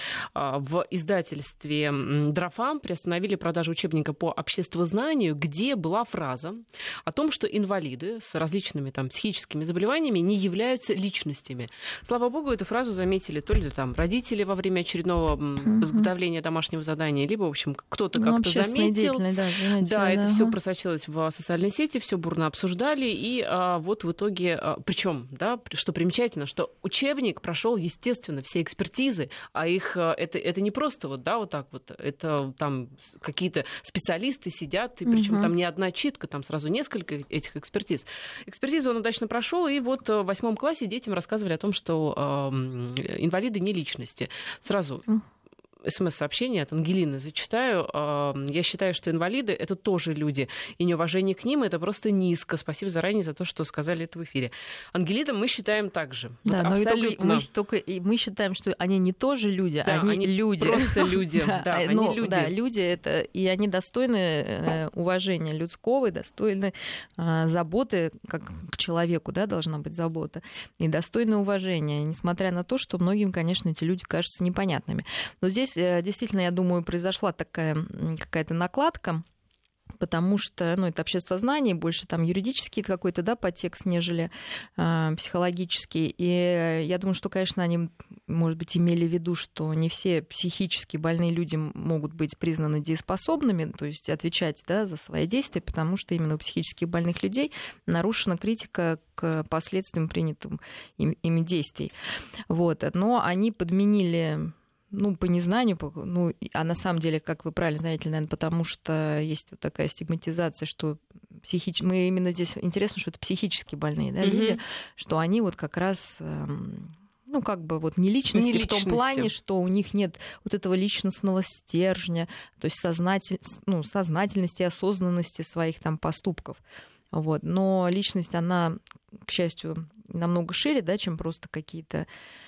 Speaker 1: В издательстве «Дрофа» приостановили продажу учебника по обществознанию, где была фраза о том, что инвалиды с различными там психическими заболеваниями не являются личностями. Слава богу, эту фразу заметили то ли там родители во время очередного mm-hmm. подготовления домашнего задания, либо, в общем, кто-то ну, как-то заметил. Да,
Speaker 2: заметили,
Speaker 1: да,
Speaker 2: да,
Speaker 1: это
Speaker 2: ага.
Speaker 1: все просочилось в социальные сети, все бурно обсуждали, и а, вот в итоге, а, причем, да, что примечательно, что учебник прошел, естественно, все экспертизы, а их а, это, это не просто вот, да, вот так вот, это там какие-то специалисты сидят, и причем mm-hmm. там не одна читка, там сразу несколько этих экспертиз. Экспертизу он удачно прошел, и вот в восьмом классе детям рассказывали о том, что э, инвалиды не личности. Сразу смс-сообщение от Ангелины зачитаю. Я считаю, что инвалиды — это тоже люди, и неуважение к ним — это просто низко. Спасибо заранее за то, что сказали это в эфире. Ангелида мы считаем так же.
Speaker 2: Да,
Speaker 1: вот
Speaker 2: но
Speaker 1: абсолютно.
Speaker 2: И только, мы, только и мы считаем, что они не тоже люди,
Speaker 1: да,
Speaker 2: они,
Speaker 1: они
Speaker 2: люди.
Speaker 1: Просто люди.
Speaker 2: да,
Speaker 1: да, они
Speaker 2: ну,
Speaker 1: люди.
Speaker 2: Да, люди это, и они достойны э, уважения людского, и достойны э, заботы, как к человеку, да, должна быть забота, и достойны уважения, несмотря на то, что многим, конечно, эти люди кажутся непонятными. Но здесь э, действительно, я думаю, произошла такая какая-то накладка, потому что, ну, это обществознание, больше там юридический какой-то, да, подтекст, нежели э, психологический. И я думаю, что, конечно, они, может быть, имели в виду, что не все психически больные люди могут быть признаны дееспособными, то есть отвечать, да, за свои действия, потому что именно у психически больных людей нарушена критика к последствиям принятым ими действий. Вот. Но они подменили... Ну, по незнанию, по, ну, а на самом деле, как вы правильно знаете, наверное, потому что есть вот такая стигматизация, что психич... мы именно здесь интересно, что это психически больные, да, mm-hmm. люди, что они вот как раз, эм, ну, как бы вот не личности, не личности в том плане, что у них нет вот этого личностного стержня, то есть сознатель... ну, сознательности, осознанности своих там поступков. Вот. Но личность, она, к счастью, намного шире, да, чем просто какие-то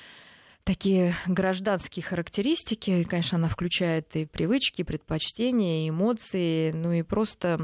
Speaker 2: такие гражданские характеристики. И, конечно, она включает и привычки, и предпочтения, и эмоции, ну и просто,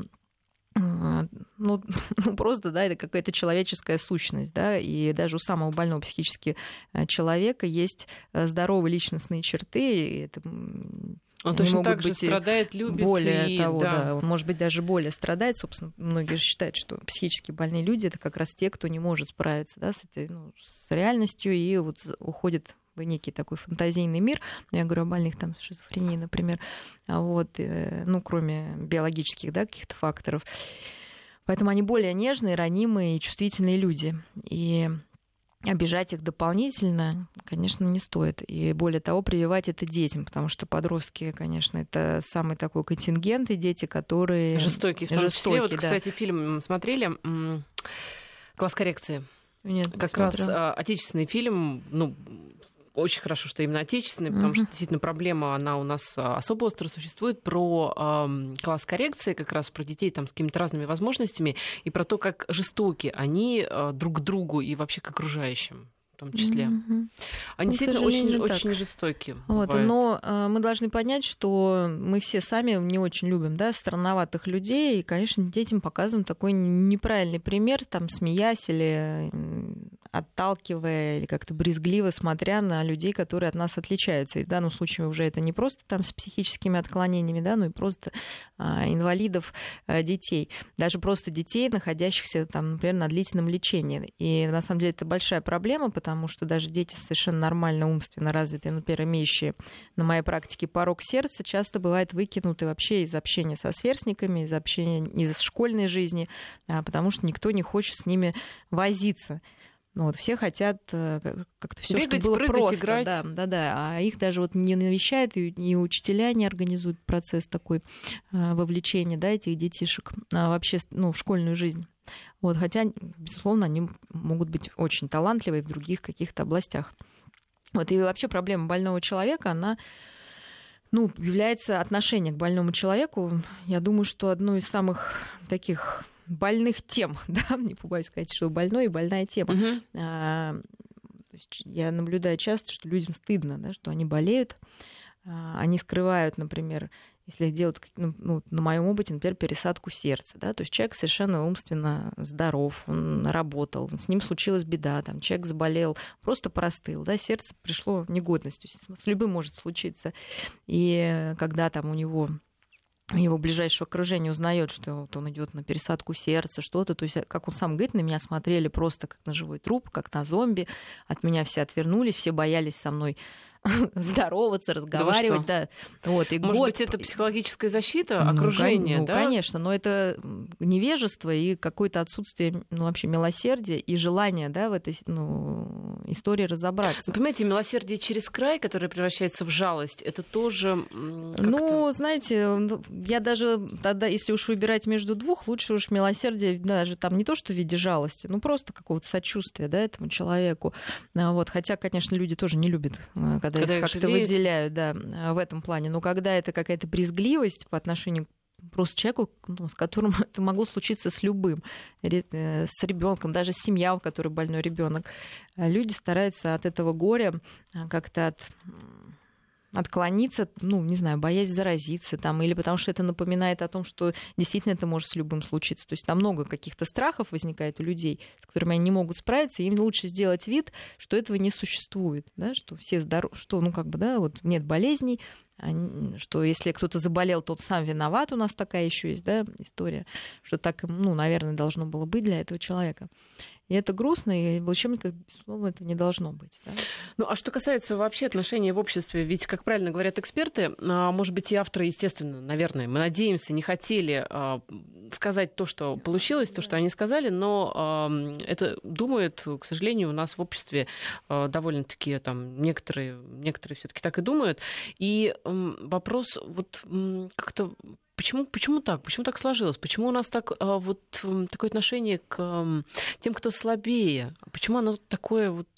Speaker 2: ну, ну, просто, да, это какая-то человеческая сущность, да, и даже у самого больного психически человека есть здоровые личностные черты, и это...
Speaker 1: Он
Speaker 2: Они
Speaker 1: точно
Speaker 2: могут
Speaker 1: так же
Speaker 2: быть
Speaker 1: страдает, любит.
Speaker 2: Более
Speaker 1: и...
Speaker 2: того,
Speaker 1: да.
Speaker 2: да, он, может быть, даже более страдает. Собственно, многие же считают, что психически больные люди — это как раз те, кто не может справиться, да, с этой, ну, с реальностью и вот уходит в некий такой фантазийный мир. Я говорю о больных там с шизофренией, например. Вот, ну, кроме биологических, да, каких-то факторов. Поэтому они более нежные, ранимые и чувствительные люди. И обижать их дополнительно, конечно, не стоит. И более того, прививать это детям, потому что подростки, конечно, это самый такой контингент, и дети, которые...
Speaker 1: Жестокие, в том числе. Вот,
Speaker 2: да.
Speaker 1: Кстати, фильм смотрели «Класс коррекции».
Speaker 2: Нет,
Speaker 1: как раз а, отечественный фильм, ну, очень хорошо, что именно отечественный, потому mm-hmm. что действительно проблема, она у нас особо остро существует, про э, класс коррекции, как раз про детей там, с какими-то разными возможностями, и про то, как жестоки они э, друг к другу и вообще к окружающим. в том числе.
Speaker 2: Mm-hmm.
Speaker 1: Они действительно очень, очень жестокие.
Speaker 2: Вот, но э, мы должны понять, что мы все сами не очень любим, да, странноватых людей, и, конечно, детям показываем такой неправильный пример, там, смеясь или отталкивая, или как-то брезгливо смотря на людей, которые от нас отличаются. И в данном случае уже это не просто там с психическими отклонениями, да, но и просто э, инвалидов, э, детей. Даже просто детей, находящихся, там, например, на длительном лечении. И, на самом деле, это большая проблема, потому что даже дети совершенно нормально умственно развитые, например, имеющие на моей практике порок сердца, часто бывают выкинуты вообще из общения со сверстниками, из общения из школьной жизни, потому что никто не хочет с ними возиться. Ну, вот, все хотят как-то все, чтобы было
Speaker 1: прыгать,
Speaker 2: просто.
Speaker 1: Играть.
Speaker 2: Да, да, да. А их даже вот не навещают, и, и учителя не организуют процесс такой вовлечения, да, этих детишек вообще, ну, в школьную жизнь. Вот, хотя, безусловно, они могут быть очень талантливы в других каких-то областях. Вот, и вообще проблема больного человека, она, ну, является отношение к больному человеку. Я думаю, что одной из самых таких больных тем, да, не побоюсь сказать, что больной и больная тема. Uh-huh. А, то есть я наблюдаю часто, что людям стыдно, да, что они болеют, а, они скрывают, например, если делают, ну, на моем опыте, например, пересадку сердца, да, то есть человек совершенно умственно здоров, он работал, с ним случилась беда, там, человек заболел, просто простыл, да, сердце пришло в негодность, то есть с любым может случиться. И когда там у него его ближайшее окружение узнает, что вот он идет на пересадку сердца, что-то, то есть, как он сам говорит, на меня смотрели просто как на живой труп, как на зомби, от меня все отвернулись, все боялись со мной здороваться, разговаривать, да. да. Вот, и
Speaker 1: Может
Speaker 2: год...
Speaker 1: быть, это психологическая защита, окружение,
Speaker 2: ну,
Speaker 1: да?
Speaker 2: Ну, конечно, но это невежество и какое-то отсутствие, ну, вообще милосердия и желания, да, в этой, ну, истории разобраться.
Speaker 1: Вы понимаете, милосердие через край, которое превращается в жалость, это тоже как-то...
Speaker 2: Ну, знаете, я даже тогда, если уж выбирать между двух, лучше уж милосердие даже там не то, что в виде жалости, ну, просто какого-то сочувствия, да, этому человеку. Вот. Хотя, конечно, люди тоже не любят, когда, когда их как-то жалеют. Выделяют, да, в этом плане. Но когда это какая-то брезгливость по отношению к просто человеку, ну, с которым это могло случиться с любым, с ребенком, даже семья, у которой больной ребенок, люди стараются от этого горя как-то от... отклониться, ну, не знаю, боясь заразиться, там, или потому что это напоминает о том, что действительно это может с любым случиться. То есть там много каких-то страхов возникает у людей, с которыми они не могут справиться, и им лучше сделать вид, что этого не существует, да, что все здоровы, что, ну, как бы, да, вот нет болезней, что если кто-то заболел, тот сам виноват, у нас такая еще есть, да, история, что так, ну, наверное, должно было быть для этого человека. И это грустно, и в учебниках, безусловно, это не должно быть. Да?
Speaker 1: Ну, а что касается вообще отношений в обществе, ведь, как правильно говорят эксперты, может быть, и авторы, естественно, наверное, мы надеемся, не хотели сказать то, что получилось, то, что они сказали, но это думают, к сожалению, у нас в обществе довольно-таки там некоторые, некоторые все-таки так и думают. И вопрос вот как-то... Почему, почему так? Почему так сложилось? Почему у нас так, вот, такое отношение к тем, кто слабее? Почему оно такое вот...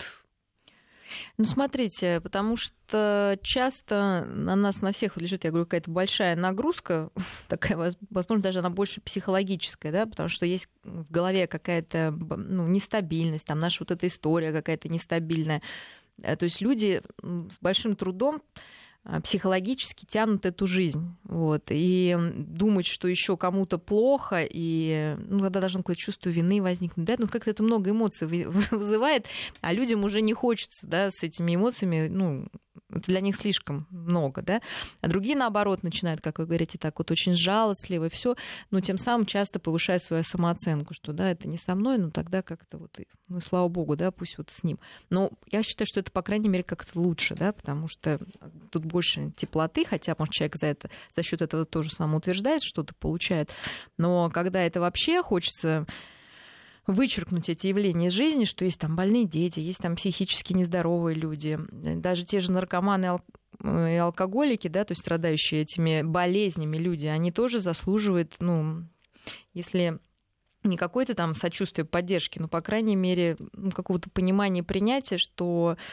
Speaker 2: Ну, смотрите, потому что часто на нас, на всех лежит, я говорю, какая-то большая нагрузка, такая, возможно, даже она больше психологическая, да, потому что есть в голове какая-то, ну, нестабильность, там наша вот эта история какая-то нестабильная. То есть люди с большим трудом психологически тянут эту жизнь. Вот. И думать, что еще кому-то плохо, и ну, тогда должно какое-то чувство вины возникнуть. Да? Ну, как-то это много эмоций вызывает, а людям уже не хочется, да, с этими эмоциями, ну, это для них слишком много, да, а другие, наоборот, начинают, как вы говорите, так вот очень жалостливо, и все, но тем самым часто повышают свою самооценку, что, да, это не со мной, но тогда как-то вот, ну, слава богу, да, пусть вот с ним. Но я считаю, что это, по крайней мере, как-то лучше, да, потому что тут больше теплоты, хотя, может, человек за это, за счет этого тоже самоутверждает, что-то получает, но когда это вообще хочется вычеркнуть эти явления из жизни, что есть там больные дети, есть там психически нездоровые люди, даже те же наркоманы и алкоголики, да, то есть страдающие этими болезнями люди, они тоже заслуживают, ну, если не какое-то там сочувствие, поддержки, но, по крайней мере, ну, какого-то понимания, принятия, что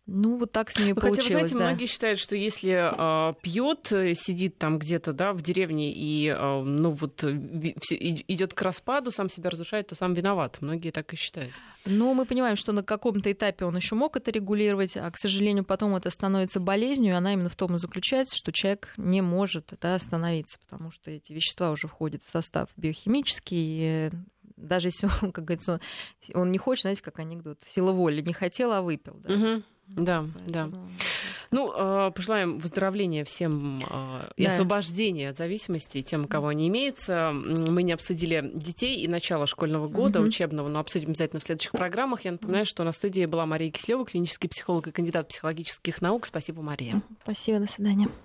Speaker 2: Ну, вот так с ними
Speaker 1: ну,
Speaker 2: получилось,
Speaker 1: хотя, вы знаете,
Speaker 2: да.
Speaker 1: многие считают, что если э, пьет, сидит там где-то, да, в деревне и, э, ну, вот идет к распаду, сам себя разрушает, то сам виноват. Многие так и считают.
Speaker 2: Но мы понимаем, что на каком-то этапе он еще мог это регулировать, а, к сожалению, потом это становится болезнью, и она именно в том и заключается, что человек не может, да, остановиться, потому что эти вещества уже входят в состав биохимический, и даже если он, как говорится, он не хочет, знаете, как анекдот, сила воли, не хотел, а выпил. Да,
Speaker 1: угу. Да,
Speaker 2: Поэтому...
Speaker 1: да. Ну, пожелаем выздоровления всем и да. освобождения от зависимости тем, у кого они имеются. Мы не обсудили детей и начало школьного года mm-hmm. учебного, но обсудим обязательно в следующих программах. Я напоминаю, что на студии была Мария Кислева, клинический психолог и кандидат психологических наук. Спасибо, Мария.
Speaker 2: Спасибо, до свидания.